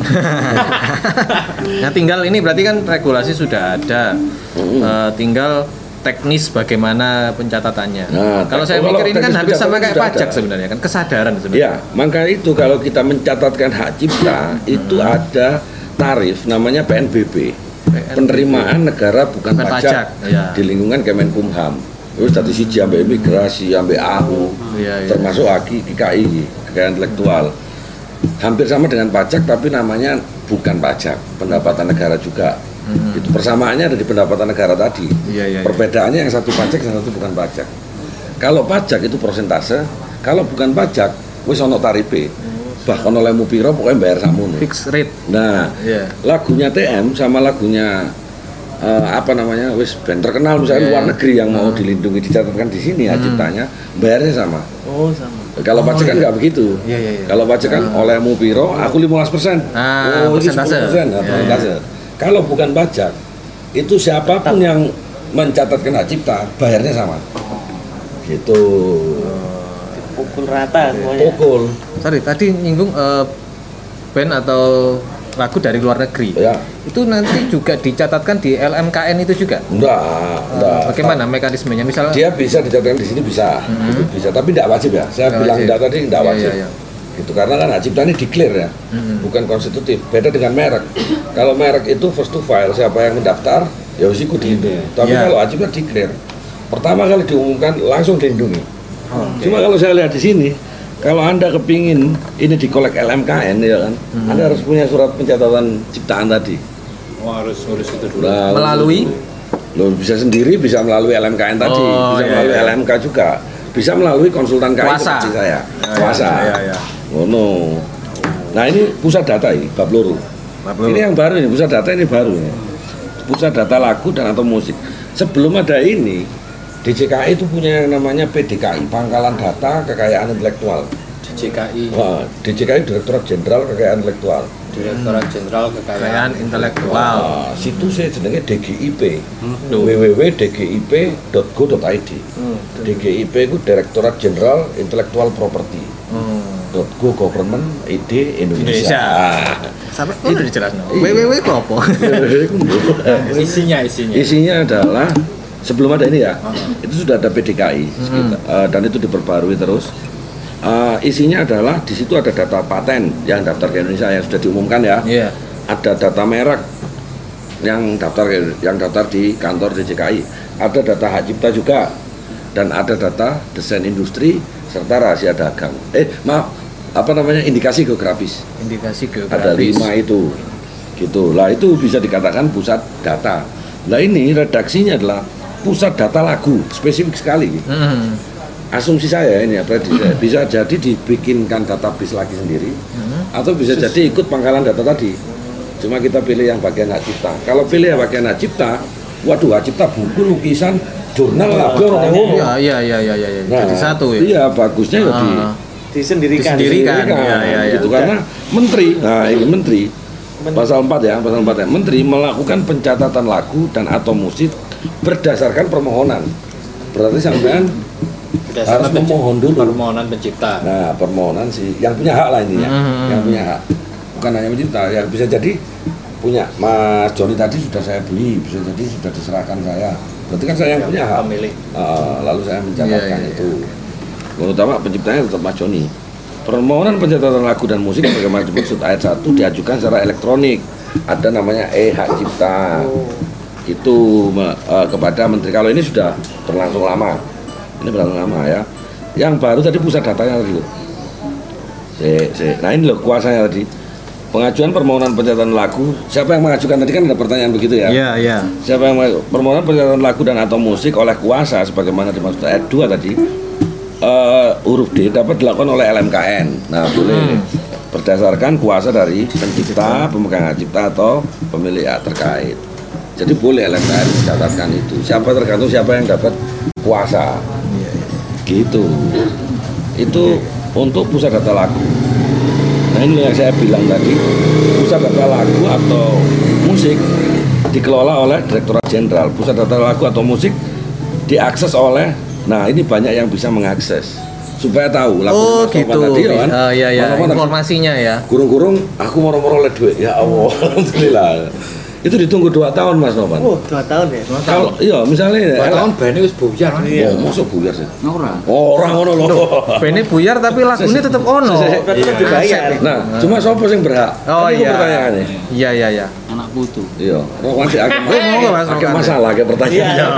nah tinggal ini berarti kan regulasi sudah ada, tinggal teknis bagaimana pencatatannya. Nah, kalau saya kalau mikir ini kan teknis hampir sama pencatatan kayak sudah pajak ada. sebenarnya kan, kesadaran Ya, sebenarnya. maka itu kalau kita mencatatkan hak cipta itu ada tarif namanya PNBP. Penerimaan negara bukan Bukan pajak, pajak, ya. di lingkungan Kemenkumham. Terus dari siji sampai imigrasi, sampai AU, Iya, iya. termasuk KKI, kekayaan intelektual. Hampir sama dengan pajak tapi namanya bukan pajak, pendapatan negara juga. Itu persamaannya ada di pendapatan negara tadi. Iya, iya, iya. Perbedaannya yang satu pajak, yang satu bukan pajak. Kalau pajak itu persentase, kalau bukan pajak, wis ono tarife. Bahkan oleh mupiro pokoknya bayar samono. Fixed rate. Nah, Iya. lagunya TM sama lagunya apa namanya, wis band terkenal misalnya Iya, luar iya. negeri yang mau dilindungi dicatatkan di sini hak ciptanya, bayarnya sama. Oh, sama. Kalau pajak kan nggak begitu. Iya, iya, iya. Kalau pajak kan oleh mupiro aku 15%. Ah, oh, ini persentase. 10%, nah, Iya, persentase. Kalau bukan pajak, itu siapapun yang mencatatkan hak cipta bayarnya sama. Gitu. Pukul rata semuanya. Pukul. Sorry, tadi nyinggung band atau lagu dari luar negeri. Ya. Itu nanti juga dicatatkan di LMKN itu juga. Enggak. Bagaimana mekanismenya? Misalnya Dia bisa dicatatkan di sini bisa, itu bisa, tapi tidak wajib ya. Saya Nggak bilang wajib. tidak tadi tidak Iya, wajib. iya, iya. Gitu karena kan hak cipta ini declare ya, bukan konstitutif. Beda dengan merek. Kalau merek itu first to file, siapa yang mendaftar, ya harus ikut dilindungi. Tapi Iya. kalau hak cipta declare, pertama kali diumumkan langsung dilindungi. Oke. Cuma kalau saya lihat di sini, kalau Anda kepingin ini dikolek LMKN ya kan, Anda harus punya surat pencatatan ciptaan tadi. Oh, harus ngurus itu dulu. Nah, Melalui? Lo bisa sendiri, bisa melalui LMKN tadi, Oh, bisa iya, melalui iya. LMK juga, bisa melalui konsultan KAI Kuasa. seperti saya. Iya, Kuasa. iya, iya. Oh no. Nah ini pusat data ini, bab loro. Bab loro. Ini yang baru ini, pusat data ini baru ini. Pusat data lagu dan atau musik. Sebelum ada ini, DJKI itu punya yang namanya PDKI, Pangkalan Data Kekayaan Intelektual. DJKI, Wah, DJKI Direktorat Jenderal Kekayaan Intelektual. Direktorat Jenderal Kekayaan. Kekayaan intelektual. Wah, situ saya jenenge DGIP. Duh. www.dgip.go.id. DGIP itu Direktorat Jenderal Intellectual Property. .go Government ID Indonesia. Indonesia. Ah. Sampai udah dijelaskan. Iya. WWW itu apa? Isinya. Isinya adalah sebelum ada ini ya, itu sudah ada PDKI dan itu diperbarui terus. Isinya adalah di situ ada data paten yang daftar ke Indonesia yang sudah diumumkan ya. Iya. Ada data merek yang daftar di kantor DJKI. Ada data hak cipta juga dan ada data desain industri serta rahasia dagang. Indikasi geografis. Indikasi Ada geografis. 5 itu. Gitu. Lah itu bisa dikatakan pusat data. Lah ini redaksinya adalah pusat data lagu, spesifik sekali. Asumsi saya ini ya, prediksi saya, bisa jadi dibikinkan database lagi sendiri atau bisa jadi ikut pangkalan data tadi. Cuma kita pilih yang bagian hak cipta. Kalau pilih yang bagian hak cipta, waduh, hak cipta buku, lukisan, jurnal, lagu, orang ngomong. Iya. Jadi satu ya. Iya, bagusnya ya Disendirikan. Disendirikan. disendirikan, Iya. gitu. Karena menteri, nah ini menteri pasal 4 ya, menteri melakukan pencatatan lagu dan atau musik berdasarkan permohonan. Berarti sampean harus memohon dulu. Permohonan pencipta. Nah, permohonan sih yang punya hak lah intinya, yang punya hak. Bukan hanya pencipta, yang bisa jadi punya Mas Joni tadi sudah saya beli, bisa jadi sudah diserahkan saya. Berarti kan saya yang punya hak. Pemilik. Lalu saya mencatatkan Iya. itu. Terutama penciptanya tetap Mas Joni. Permohonan pencatatan lagu dan musik bagaimana dimaksud ayat 1 diajukan secara elektronik. Ada namanya hak cipta. Itu kepada menteri. Kalau ini sudah berlangsung lama. Ini berlangsung lama ya. Yang baru tadi pusat datanya tadi loh. Nah ini loh kuasanya tadi. pengajuan permohonan pencatatan lagu, siapa yang mengajukan tadi kan ada pertanyaan begitu ya? Iya, iya. Siapa yang permohonan pencatatan lagu dan atau musik oleh kuasa sebagaimana dimaksud ayat 2 tadi, huruf D dapat dilakukan oleh LMKN. Nah, boleh berdasarkan kuasa dari pencipta, pemegang hak cipta atau pemilik hak terkait. Jadi boleh LMKN mencatatkan itu. Siapa tergantung siapa yang dapat kuasa. Gitu. Itu untuk pusat data lagu. Nah, ini yang saya bilang tadi, pusat data lagu atau musik dikelola oleh Direktorat Jenderal. Pusat data lagu atau musik diakses oleh, nah ini banyak yang bisa mengakses supaya tahu lagu Oh Mas Novan gitu. tadi ya kan. Iya, iya. Mas Novan tadi, Informasinya ya. Gurung-gurung aku moro-moro oleh duit. Ya Allah, alhamdulillah. Itu ditunggu 2 tahun Mas Novan. Oh, 2 tahun ya. Kalau iya misalnya 2 tahun bandnya wis buyar kan. Iya. Oh, masuk buyar sih. Ora. Orang ngono loh. Bene buyar tapi lagunya tetap ono. Berarti Iya. dibayar. Nah, cuma siapa yang berhak? Oh Kan itu iya. pertanyaannya. Iya, iya, iya. Anak putu. Iya, masih agak monggo, Mas, agak monggo. masalah kayak Iya. pertanyaan.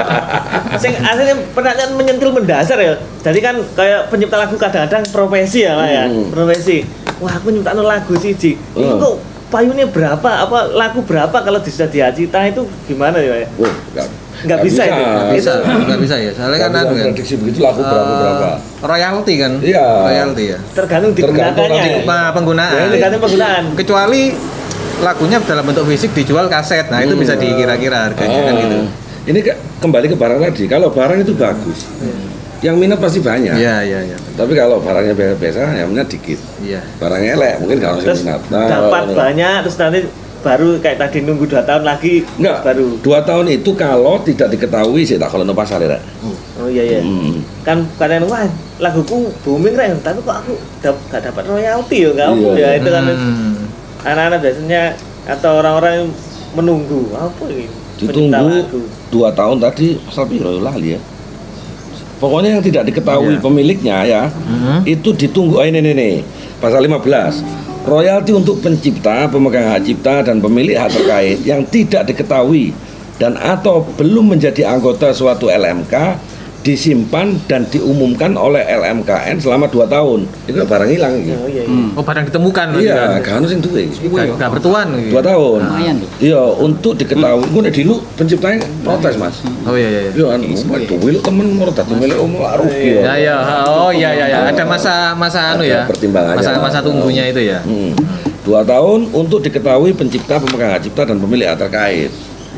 Sing aslinya pertanyaan menyentil mendasar ya. Jadi kan kayak pencipta lagu kadang-kadang profesi ya lah ya. Profesi. Wah, aku nyiptain lagu siji. Itu kok payungnya berapa? Apa lagu berapa kalau sudah dihacita itu gimana ya? Wah, Nggak bisa itu. Nggak bisa, nggak bisa ya. Soalnya kan anu kan. prediksi begitu lagu berapa. Royalti kan? Iya. Royalti ya. Tergantung Tergantung digunakannya. nanti. Nah, penggunaan. Ya, tergantung penggunaan. Kecuali lagunya dalam bentuk fisik dijual kaset. Nah, itu bisa dikira-kira harganya kan gitu. Ini kembali ke barang tadi. Kalau barang itu bagus, yang minat pasti banyak. Iya, iya, iya. Tapi kalau barangnya biasa, yang minat dikit. Iya. Barangnya elek, mungkin nggak Terus minat. dapat banyak terus nanti baru kayak tadi nunggu 2 tahun lagi Enggak, baru. 2 tahun itu kalau tidak diketahui sih tak kalau no pasar ya. Oh iya iya. Kan kadang wah laguku booming keren tapi kok aku gak dapat royalti ya kamu Iya. ya itu kan Hmm. anak-anak biasanya atau orang-orang yang menunggu apa ini pencipta Ditunggu lagu. 2 tahun tadi asal piro lali ya. Pokoknya yang tidak diketahui Iya. pemiliknya ya, itu ditunggu. Ini pasal 15. Royalti untuk pencipta, pemegang hak cipta dan pemilik hak terkait yang tidak diketahui dan atau belum menjadi anggota suatu LMK disimpan dan diumumkan oleh LMKN selama 2 tahun. Itu barang hilang gitu. Oh iya iya. Oh, barang ditemukan Iya, kan sing duwe. Gak bertuan gitu. 2 tahun. Lumayan tuh. Iya, untuk diketahui. Ngono dulu penciptanya protes, Mas. Oh iya, iya, iya. Iya kan, duwe lu temen mau dadi milik umum rugi. Ya, ya. Oh iya, iya, iya. Ada masa anu ya. Ada pertimbangannya. Masa tunggunya itu ya. 2 tahun untuk diketahui pencipta, pemegang hak cipta dan pemilik hak terkait.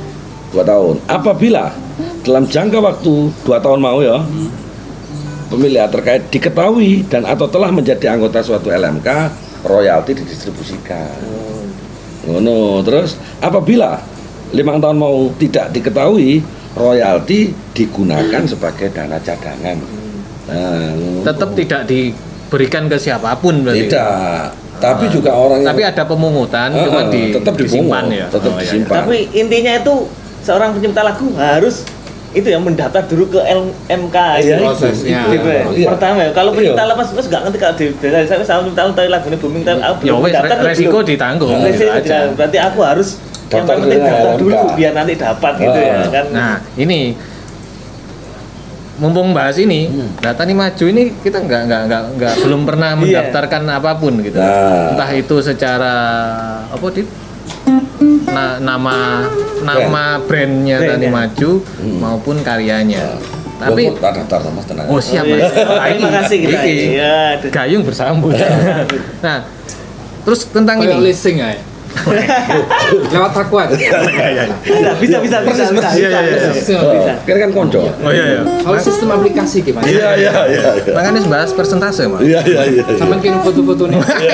2 tahun. Apabila dalam jangka waktu 2 tahun mau ya, pemilik hak terkait diketahui dan atau telah menjadi anggota suatu LMK, royalti didistribusikan. Ngono. Terus apabila 5 tahun mau tidak diketahui, royalti digunakan sebagai dana cadangan. Nah, Tetap tidak diberikan ke siapapun berarti. tidak. Tapi juga orang yang Tapi ada pemungutan cuma tetap disimpan dipungut, ya. tetap Oh, iya, iya. disimpan. Tapi intinya itu seorang pencipta lagu harus itu ya mendaftar dulu ke LMK Iya, itu. prosesnya. Gitu ya. Iya. Pertama ya, kalau pencipta Iya. lepas wes gak ngerti kalau di desa saya sama pencipta lagu tapi lagunya booming tapi aku Ya belum wes daftar resiko ditanggung gitu Resiko aja. ditanggung. Berarti aku harus yang Daftar penting dulu ke daftar dulu LMK. biar nanti dapat gitu ya kan. Nah, ini mumpung bahas ini, data nih maju ini kita nggak belum pernah Iya. mendaftarkan apapun gitu. Nah. Entah itu secara apa dit nama brandnya Brand, Tani ya. Maju maupun karyanya. Tapi tak daftar Mas tenang. oh siap Iya. Mas. Terima kasih kita. Iki. Iya. Gayung bersambut. Nah, terus tentang Kayak ini. leasing aja. Lewat takuan. Bisa. Iya, iya, iya. Bisa. Kira kan konco. Oh iya ya. Kalau sistem aplikasi gimana? Iya. Makanya bahas persentase, Mas. Iya. Sama kirim foto-foto nih.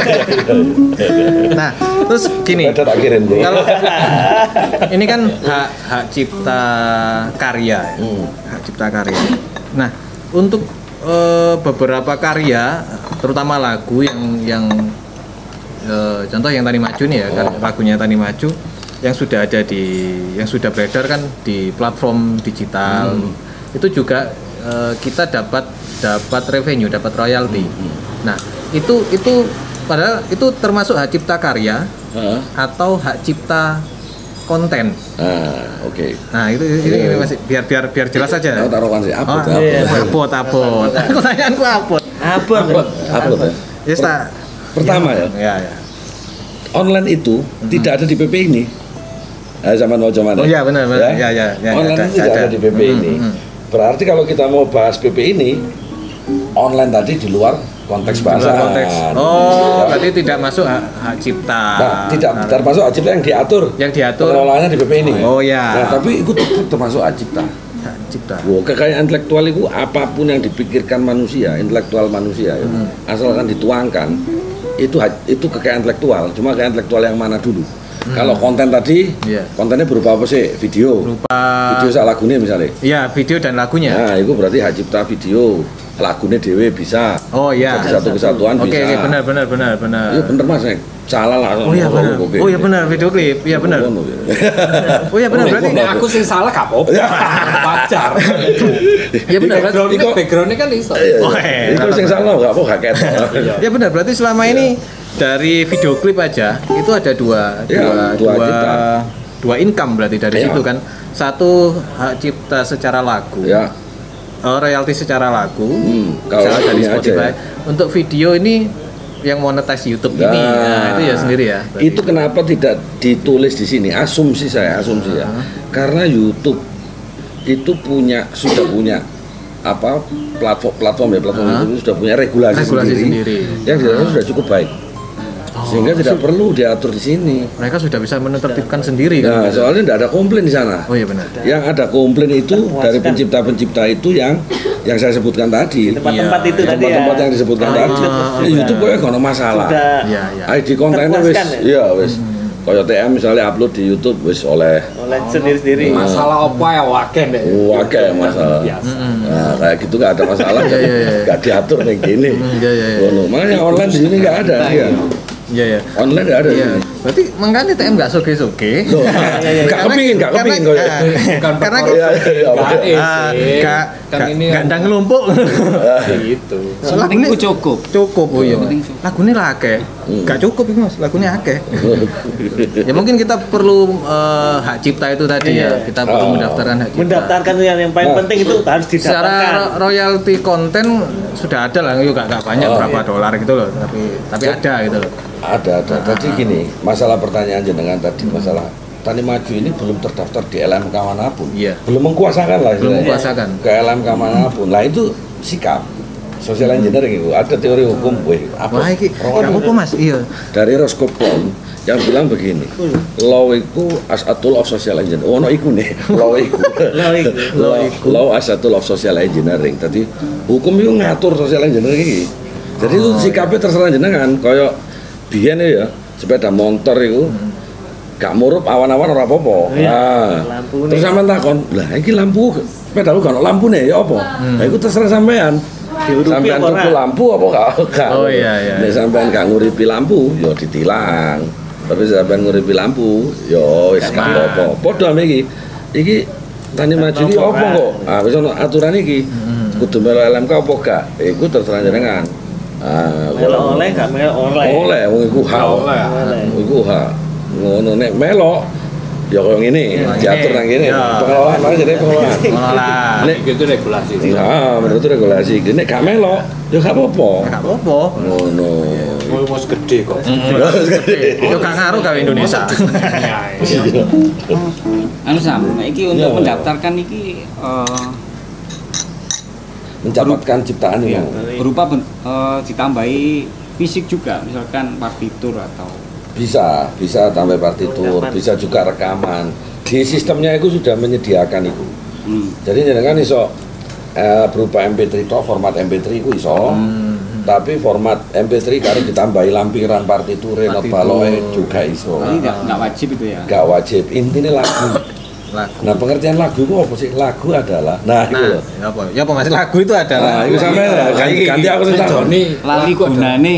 Nah, terus gini. Ada tak kirim bro. Kalau ini kan hak cipta karya, ya. Hak cipta karya. Nah, untuk beberapa karya, terutama lagu yang contoh yang Tani Maju nih ya, kan lagunya Tani Maju yang sudah ada yang sudah beredar kan di platform digital, itu juga kita dapat revenue, dapat royalti. Nah, itu padahal itu termasuk hak cipta karya atau hak cipta konten. Oke. Nah, ini masih biar jelas aja. Tahu taruhan sih apa? Abot. Aku tanyaanku abot. Abot. Apa? Yes, tak. Pertama ya. Ya. online itu tidak ada di PP ini. Zaman mau cuman. Oh iya benar. Ya, online itu tidak ada di PP ini. Berarti kalau kita mau bahas PP ini, online tadi di luar konteks bahasa. Oh, berarti tidak masuk hak cipta. Nah, tidak termasuk hak cipta yang diatur. Pengelolaannya di PP ini. Oh ya. Nah, tapi itu tetap termasuk hak cipta. Hak cipta. Wow, kekayaan intelektual itu apapun yang dipikirkan manusia, intelektual manusia, ya, asalkan dituangkan, itu kekayaan intelektual. Cuma kekayaan intelektual yang mana dulu? Kalau konten tadi, kontennya berupa apa sih? Video. Video sak lagunya misalnya. Iya, video dan lagunya. Nah, itu berarti hak cipta video. Lagunya dewe bisa. Oh iya. Satu kesatuan bisa. Oke, benar. Iya benar Mas, salah lah. Oh iya benar. Oh iya benar, video klip. Iya benar. Oh iya benar, berarti aku sing salah gak apa-apa. Pacar. Iya benar, berarti background-nya kan iso. Itu sing salah gak apa-apa, gak ketok. Iya benar, berarti selama ini dari video klip aja itu ada dua income berarti dari situ kan. Satu hak cipta secara lagu. Ya. Royalti secara lagu. Kalau dari aja, Spotify. Untuk video ini yang monetize YouTube ini, itu ya sendiri ya. Berarti. Itu kenapa tidak ditulis di sini? Asumsi ya. Karena YouTube itu sudah punya platform YouTube itu sudah punya regulasi sendiri. Yang dirasa sudah cukup baik. Sehingga tidak perlu diatur di sini. Mereka sudah bisa menertibkan sendiri kan. Nah, soalnya tidak ada komplain di sana. Oh iya benar. Yang ada komplain itu dari pencipta-pencipta itu yang saya sebutkan tadi. Tempat-tempat itu tadi ya. Tempat-tempat yang disebutkan tadi. YouTube kok gak ada masalah. ID kontennya wis Kaya TM misalnya upload di YouTube wis oleh sendiri-sendiri. Masalah apa ya wakil deh. Wakil masalah. Nah, kayak gitu nggak ada masalah. Nggak diatur nih gini. Makanya online di sini nggak ada. Iya. Online nggak ada. Berarti makanya TM nggak soge-soge. Nggak kepingin karena nggak ndang ngelumpuk. Gitu. Lagunya cukup. Oh iya. Lagunya akeh. Nggak cukup ini Mas. Lagunya akeh. Ya mungkin kita perlu hak cipta itu tadi ya. Kita perlu mendaftarkan hak cipta. Mendaftarkan yang paling penting itu harus didaftarkan. Secara royalti konten sudah ada lah, yuk nggak banyak berapa dolar gitu loh. Tapi ada gitu loh. Ada. Tadi gini, masalah pertanyaan jenengan tadi, masalah Tani Maju ini belum terdaftar di LMK manapun. Iya. Belum mengkuasakan lah. Belum mengkuasakan. Ke LMK manapun. Lah itu sikap. Social engineering itu ada teori hukum. Wah, iki kamu Mas? Iya. Dari Roscoe yang bilang begini, law itu as a tool of social engineering. Oh no, iku nih, law as a tool of social engineering. Tadi hukum itu ngatur social engineering ini. Jadi itu sikapnya terserah jenengan. Kayak biyen ya sepeda motor itu gak murup awan-awan ora apa-apa. Nah, terus sampean takon, "Lah iki lampu sepeda lu gak ono lampune ya apa?" Nah, iku terserah sampean. Sampean tuku lampu apa gak? Oh iya. Nek sampean gak nguripi lampu ya ditilang. Tapi sampean nguripi lampu ya wis gak apa-apa. Padha ame iki Tani Maju iki apa kok? Ah wis ono aturan iki. Kudu melu LMK apa gak? Iku terserah jenengan. Oleh gak oleh. Wong iku hak. Iku hak. Ngono nek melok ya koyo ngene, diatur nang kene. Pengelolaan mana jadi pengelolaan. Nek gitu regulasi. Menurut regulasi. Nek gak melok ya gak apa-apa. Ngono. Mas gede kok. Yo gak ngaruh gawe Indonesia. Anu Sam, iki untuk mendaftarkan iki mencatatkan ciptaan ini berupa ditambahi fisik juga, misalkan partitur atau bisa tambah partitur, bisa juga rekaman. Di sistemnya itu sudah menyediakan itu. Jadi jangan iso berupa MP3 toh, format MP3 itu iso. Tapi format MP3 kalau ditambahi lampiran partitur, not baloe juga iso. Jadi nggak wajib itu ya? Nggak wajib, intinya lagu. Nah pengertian lagu itu apa sih? Lagu adalah itu ya apa Mas? Lagu itu adalah itu sampai ganti aku cerita lali kok gunane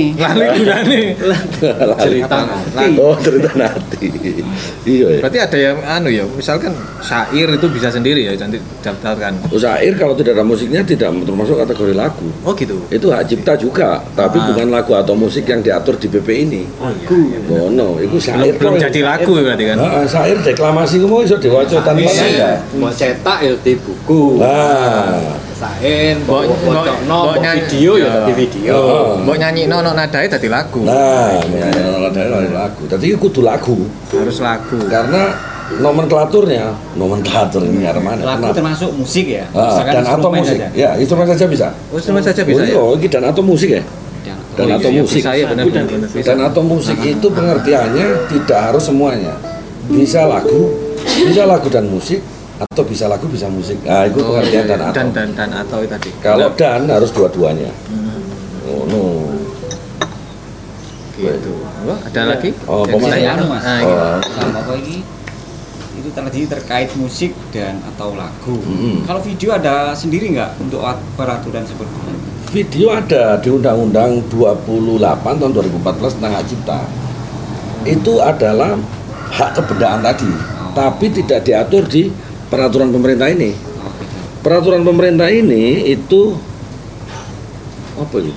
cerita nanti iya. Berarti ada yang ya misalkan syair itu bisa sendiri ya nanti daftarkan. Syair kalau tidak ada musiknya tidak termasuk kategori lagu. Oh gitu. Itu hak cipta juga, tapi bukan lagu atau musik yang diatur di BP ini. Oh iya. No, itu syair belum jadi lagu berarti kan. Syair deklamasi ku mau iso diwaca tanpa nada. Mau cetak ya di buku. Nah, Sain, Mbok mau video ya di video. Mbok nyanyikno ono nadae dadi lagu. nah, nada lagu. Jadi itu kudu lagu. Harus lagu. Karena nomenklatur ini mana? Lagu termasuk musik ya. Ah, Misalkan dan atau instrumen musik. saja. Ya, instrumen saja bisa. Instrumen saja bisa ya. Oh, ini dan atau musik ya? Dan atau musik. Bisa ya benar benar. Dan atau musik itu pengertiannya tidak harus semuanya. Bisa lagu dan musik, atau bisa lagu bisa musik. Nah, itu pengertian dan atau. Dan atau itu tadi. Kalau dan harus dua-duanya. Oh, no. Gitu. Wah, ada lagi? Oh, Yang pemain. saya Anu, Mas. Ah, Oh. Sama apa ini? Itu tadi terkait musik dan atau lagu. Mm-mm. Kalau video ada sendiri nggak untuk peraturan seperti ini? Video ada di Undang-Undang 28 tahun 2014 tentang hak cipta. Itu adalah hak kebendaan tadi, tapi tidak diatur di peraturan pemerintah ini. Peraturan pemerintah ini itu apa ini?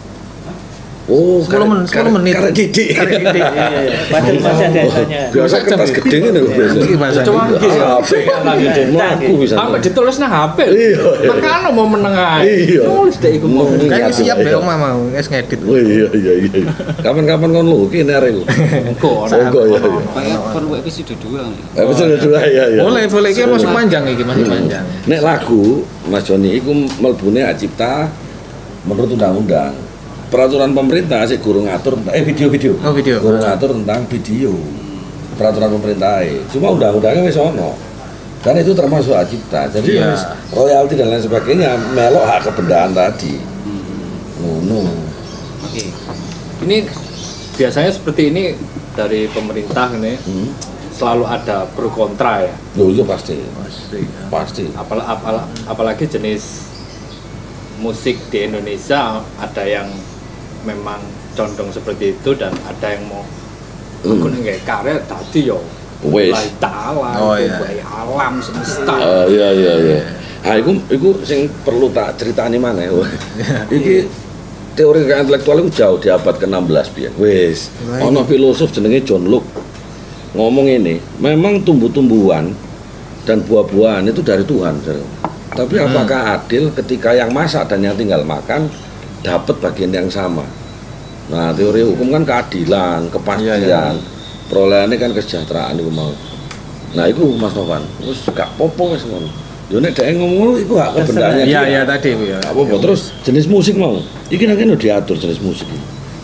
Oh, 10 menit. Karek didik. Padahal masih ada adanya. Biasa kertas gede ini loh biasa. Iki bahasa. Cuma HP aku bisa. Sampai ditulis nang HP. Iya. Makanya mau meneng ae. Iya. Nulis dek iku mau. Kayaknya siap ya Om mau wis ngedit. Oh iya. Kapan-kapan kon lu ki nerel. Kok Monggo ya. Kayak perlu episode 2 nih. Episode 2 ya. Boleh iki masih panjang iki, masih panjang. Nek lagu Mas Joni iku mlebune hak cipta menurut undang-undang. Peraturan pemerintah sih guru ngatur video. Oh, video. Guru ngatur tentang video. Peraturan pemerintah. Cuma undang-undangnya wis ono. Dan itu termasuk hak cipta. Jadi Iya. wis royalti dan lain sebagainya melok hak kebendaan tadi. No. Oke. Ini biasanya seperti ini dari pemerintah ini selalu ada pro kontra ya. Loh, itu pasti. Apalagi jenis musik di Indonesia ada yang memang condong seperti itu dan ada yang mau menggunakan kayak karya tadi yo Wes. mulai ta'ala, Oh, iya. mulai alam semesta. Iya. Ah, iku sing perlu tak ceritani mana ya. Iki teori intelektual itu jauh di abad ke-16 biyen. Wis, ono filosof jenenge John Locke ngomong ini, memang tumbuh-tumbuhan dan buah-buahan itu dari Tuhan. Tapi apakah adil ketika yang masak dan yang tinggal makan dapat bagian yang sama? Nah, teori hukum kan keadilan, kepastian, Iya. perolehannya kan kesejahteraan itu mau. Nah, itu Mas Novan, terus gak popo wis ngono. Yo nek dhek ngomong iku hak kebendaannya. Iya tadi Bu ya. Gak apa-apa. Terus jenis musik mau. Iki nek udah diatur jenis musik iki.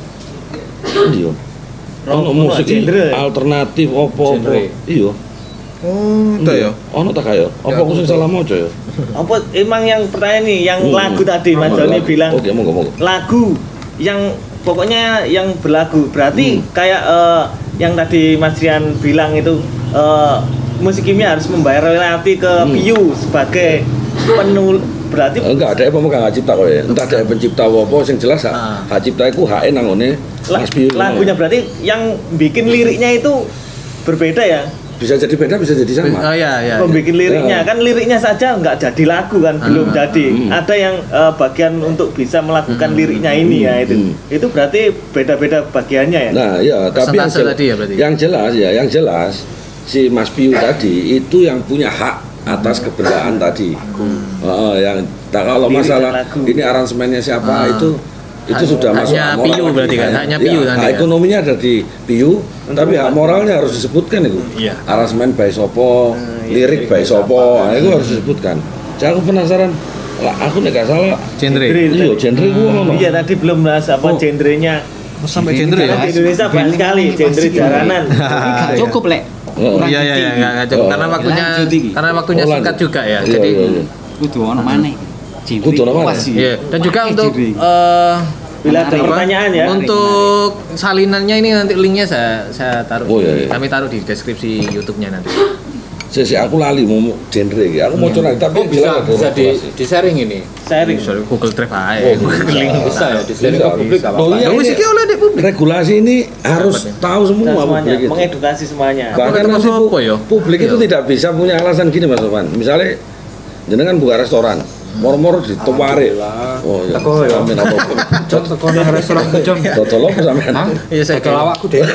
Iya. Ono musik genre. alternatif opo-opo. Genre. Iya. Oh, itu ya. Ono tak kaya? Apa aku sing salah maca ya? Apa emang yang pertanyaan nih yang lagu tadi Mas Joni bilang Oke, monggo. lagu yang pokoknya yang berlagu berarti kayak yang tadi Mas Rian bilang itu musik kimia harus membayar royalti ke Piu sebagai berarti Enggak ada apa megang hak cipta kok ya. Entah ada pencipta apa sing jelas hak cipta iku hake nang ngene Mas Piu. lagunya berarti yang bikin liriknya itu berbeda ya. Bisa jadi beda, bisa jadi sama. Oh iya. Membikin Ya. liriknya kan liriknya saja nggak jadi lagu kan belum jadi ada yang bagian untuk bisa melakukan liriknya ini ya itu berarti beda-beda bagiannya ya. Nah, ya, tapi Persentase tadi ya berarti? yang jelas si Mas Piu tadi itu yang punya hak atas kebendaan tadi. Yang kalau Lirik masalah dan lagu. ini aransemennya siapa itu sudah masuk Haknya hak moral Piu lagi, berarti kan? ya. Haknya Piu Ya, nanti hak ya? ekonominya ada di Piu, tapi hak moralnya harus disebutkan itu. Iya. Aransemen by sopo, lirik by sopo, itu harus disebutkan. Jadi aku penasaran, lah aku nek gak salah Genre. iya genre gua ngono. Iya tadi belum bahas apa genrenya. Sampai genre ya. Karena di Indonesia banyak sekali genre jaranan. Nggak cukup lek. Kurang Iya gede. enggak cukup karena waktunya Lanjut iki. singkat lanjut. juga ya. Iya, Jadi iya. Kudu ono maneh. Kudu ono maneh. iya dan juga untuk Bila ada apa? pertanyaan ya. Untuk salinannya ini nanti linknya saya taruh Oh, iya, iya. kami taruh di deskripsi YouTube-nya nanti. Sesi aku lali mau genre iki. Aku mau coba tapi Oh, bisa bilang di sharing ini. Sharing. Bisa Google Drive Oh, aja. Link. Bisa ya di sharing ke publik apa Oh, iya, Ya wis ini iki oleh di publik. regulasi ini harus tahu semua Dan semuanya publik itu. mengedukasi semuanya. Bahkan termasuk nanti apa ya? publik itu Iya. tidak bisa punya alasan gini Mas Sofan. Misalnya jenengan buka restoran, moro-moro dituwarik. Oh iya. Teko ya. Amin apa. Jom teko nang restoran jom. Dodol apa sampean? Iya saya Dodol awakku deh.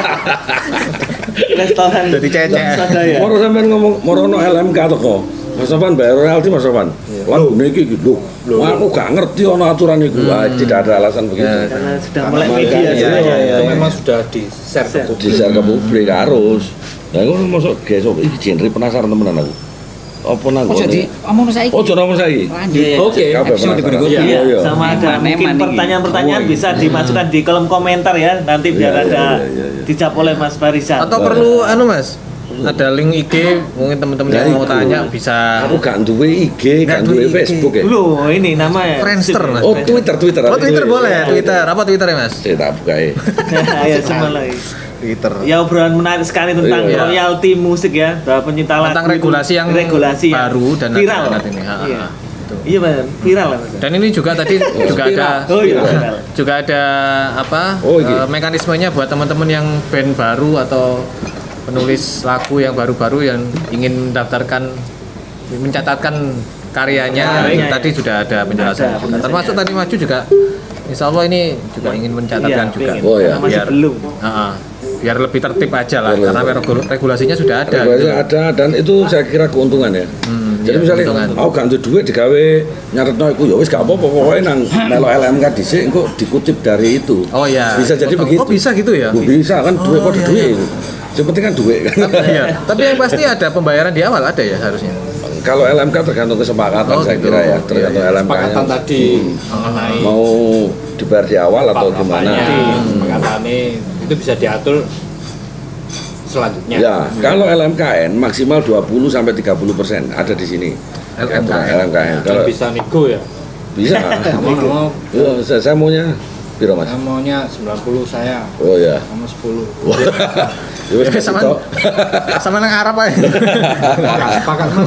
Restoran Jadi cecek. Sadaya. Moro sampean ngomong morono LMK teko. Mas Sofan bayar royalti Mas Sofan. Lagune iki gitu. Aku gak ngerti ono aturan iku. Tidak ada alasan begitu. Karena sudah mulai Karena media makanya, ya. Itu memang sudah di-share ke publik. Bisa ke publik harus. Lah ngono mosok gesok iki genre penasaran temenan aku. Apa nang Oh, jadi omong saiki. Oh, jono saiki. Lanjut. Oke. Kabeh episode penasaran. berikutnya. Iya, iya. Sama ada Neman, mungkin neman ini. pertanyaan-pertanyaan Oh, bisa iya. dimasukkan di kolom komentar ya. Nanti biar Iya, ada iya. dijawab oleh Mas Farizal. Atau perlu Mas? Ada link IG mungkin teman-teman Ya, yang mau iku. tanya bisa Aku gak duwe IG, gak Gak duwe duwe IG. Facebook ya. Loh, ini namanya Friendster, Mas. Oh, Twitter. Oh, Twitter boleh, Twitter. Apa Twitter ya, Mas? Saya tak buka ya. Ya semua lagi. Twitter. Ya obrolan menarik sekali tentang Iya. royalti musik ya, bahwa penyita lagu Tentang itu regulasi yang baru dan viral. saat ini. Ha, Iya. ha, itu. Iya Mas, viral lah Mas. Dan ini juga tadi juga ada Oh iya, viral. juga ada apa Oh, iya. mekanismenya buat teman-teman yang band baru atau penulis lagu yang baru-baru yang ingin mendaftarkan mencatatkan karyanya Karyanya, tadi sudah ada penjelasan Ada juga. penjelasannya. Termasuk tadi Maju juga Insya Allah ini juga ingin mencatatkan Iya, juga. pengen. Oh, ya. Karena masih Biar- belum. Biar lebih tertib aja lah Biar karena regulasinya sudah ada. Regulasinya gitu. ada dan itu saya kira keuntungan ya. Jadi iya, misalnya keuntungan. aku gak duwe duit digawe nyatetno iku ya wis gak apa-apa pokoke nang melo LMK dhisik engko dikutip dari itu. Oh iya. Bisa jadi begitu. Oh bisa gitu ya. Oh, bisa kan duit kok iya, duit. Yang penting kan duit kan. Iya. Tapi yang pasti ada pembayaran di awal ada ya harusnya. Kalau LMK tergantung kesepakatan Oh, saya gitu. kira ya, Iya, tergantung iya. LMK. Kesepakatan tadi mengenai Mau dibayar di awal atau gimana? Kesepakatannya itu bisa diatur selanjutnya. Ya, kalau LMKN maksimal 20 sampai 30% ada di sini. LMKN. Dan Kalau bisa nego ya. bisa. Kamu Ya, saya maunya piro Mas? maunya 90 saya. Oh ya. Kamu 10. Ya wis Sama gitu. sama nang Arab aja. Enggak sepakat Mas.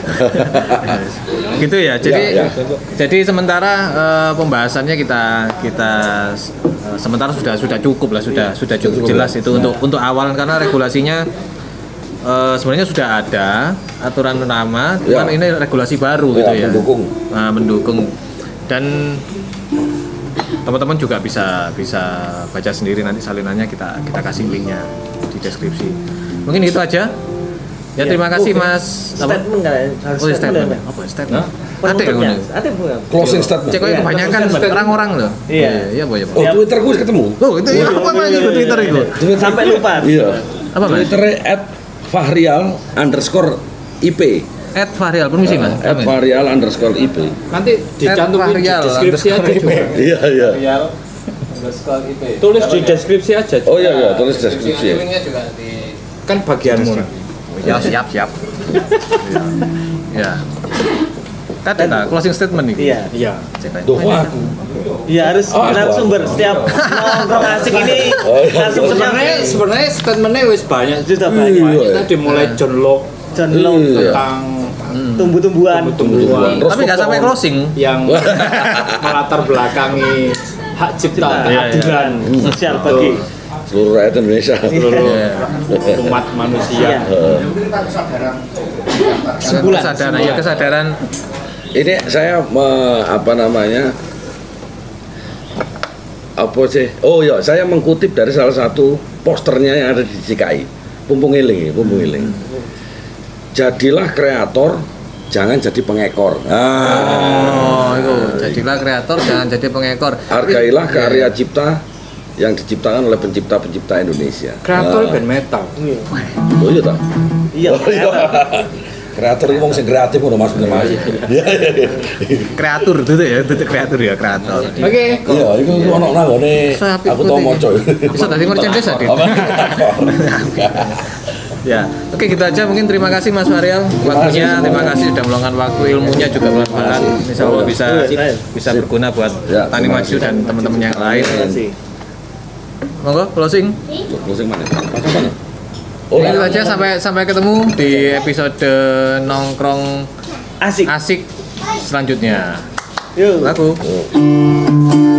Gitu ya. Jadi Ya, ya. jadi sementara pembahasannya kita sementara sudah cukup lah, sudah cukup jelas itu untuk awal karena regulasinya sebenarnya sudah ada aturan nama, cuman Ya. ini regulasi baru Ya, gitu ya. mendukung. Nah, mendukung dan teman-teman juga bisa baca sendiri nanti salinannya kita kasih linknya di deskripsi. Mungkin itu aja. Ya terima kasih Mas. Apa? Statement kan? Harus Oh, ya, statement. ya? Apa statement? Ada Penutupnya. yang Ada bukan? Closing statement. Cek aja Iya, kebanyakan statement. orang-orang loh. Iya. Iya, Boy. Oh, Twitter gue ketemu. Oh, itu ya apa lagi ke Twitter itu? Sampai lupa. Iya. Apa, Mas? Twitternya @fahrial_ip. @Fahrial permisi Mas. @fahrial_ip. Nanti dicantumin di Fahrial, deskripsi aja juga. Iya, iya. Tulis di deskripsi aja. Oh iya, iya, tulis deskripsi. ya. Kan bagianmu. Ya, siap. Ya. Tadi tak closing statement nih. Iya. Iya. Cek aja. Duh, aku. Iya harus Oh, aku. narasumber setiap nongkrong asik ini Oh, iya. langsung Sebenarnya statementnya wis banyak. Sudah banyak. Iya. Banyak tadi mulai John Locke John Locke Iya. tentang tumbuh-tumbuhan. tumbuh-tumbuhan Terus Tapi nggak sampai closing. yang melatar belakangi hak cipta, keadilan Sosial bagi seluruh rakyat Indonesia. seluruh Iya. umat manusia. Kesadaran. Ini saya apa sih? Oh iya, saya mengkutip dari salah satu posternya yang ada di DKI. Pumpung Iling. Jadilah kreator, jangan jadi pengekor. Oh, itu. Jadilah kreator, jangan jadi pengekor. Hargailah karya cipta yang diciptakan oleh pencipta-pencipta Indonesia. Kreator band metal. Oh iya toh? Iya. Oh, iya. Kreator itu wong sing kreatif ngono Mas. Iya, iya. Kreatur itu ya, itu kreatur ya, kreator. Oke. Iya, itu ono nang ngene. Aku tau maca. Bisa tadi merchandise ya, Dit? Ya, oke gitu aja. Mungkin terima kasih Mas Fahrial waktunya, terima kasih sudah meluangkan waktu, ilmunya juga bermanfaat. Insya Allah bisa berguna buat Ya, Tani terima Maju kasih. dan teman-teman yang lain. Terima kasih. Monggo closing. Closing mana? Oh, itu aja sampai ketemu di episode nongkrong Asik. asik selanjutnya. Yuk. Aku. Oh.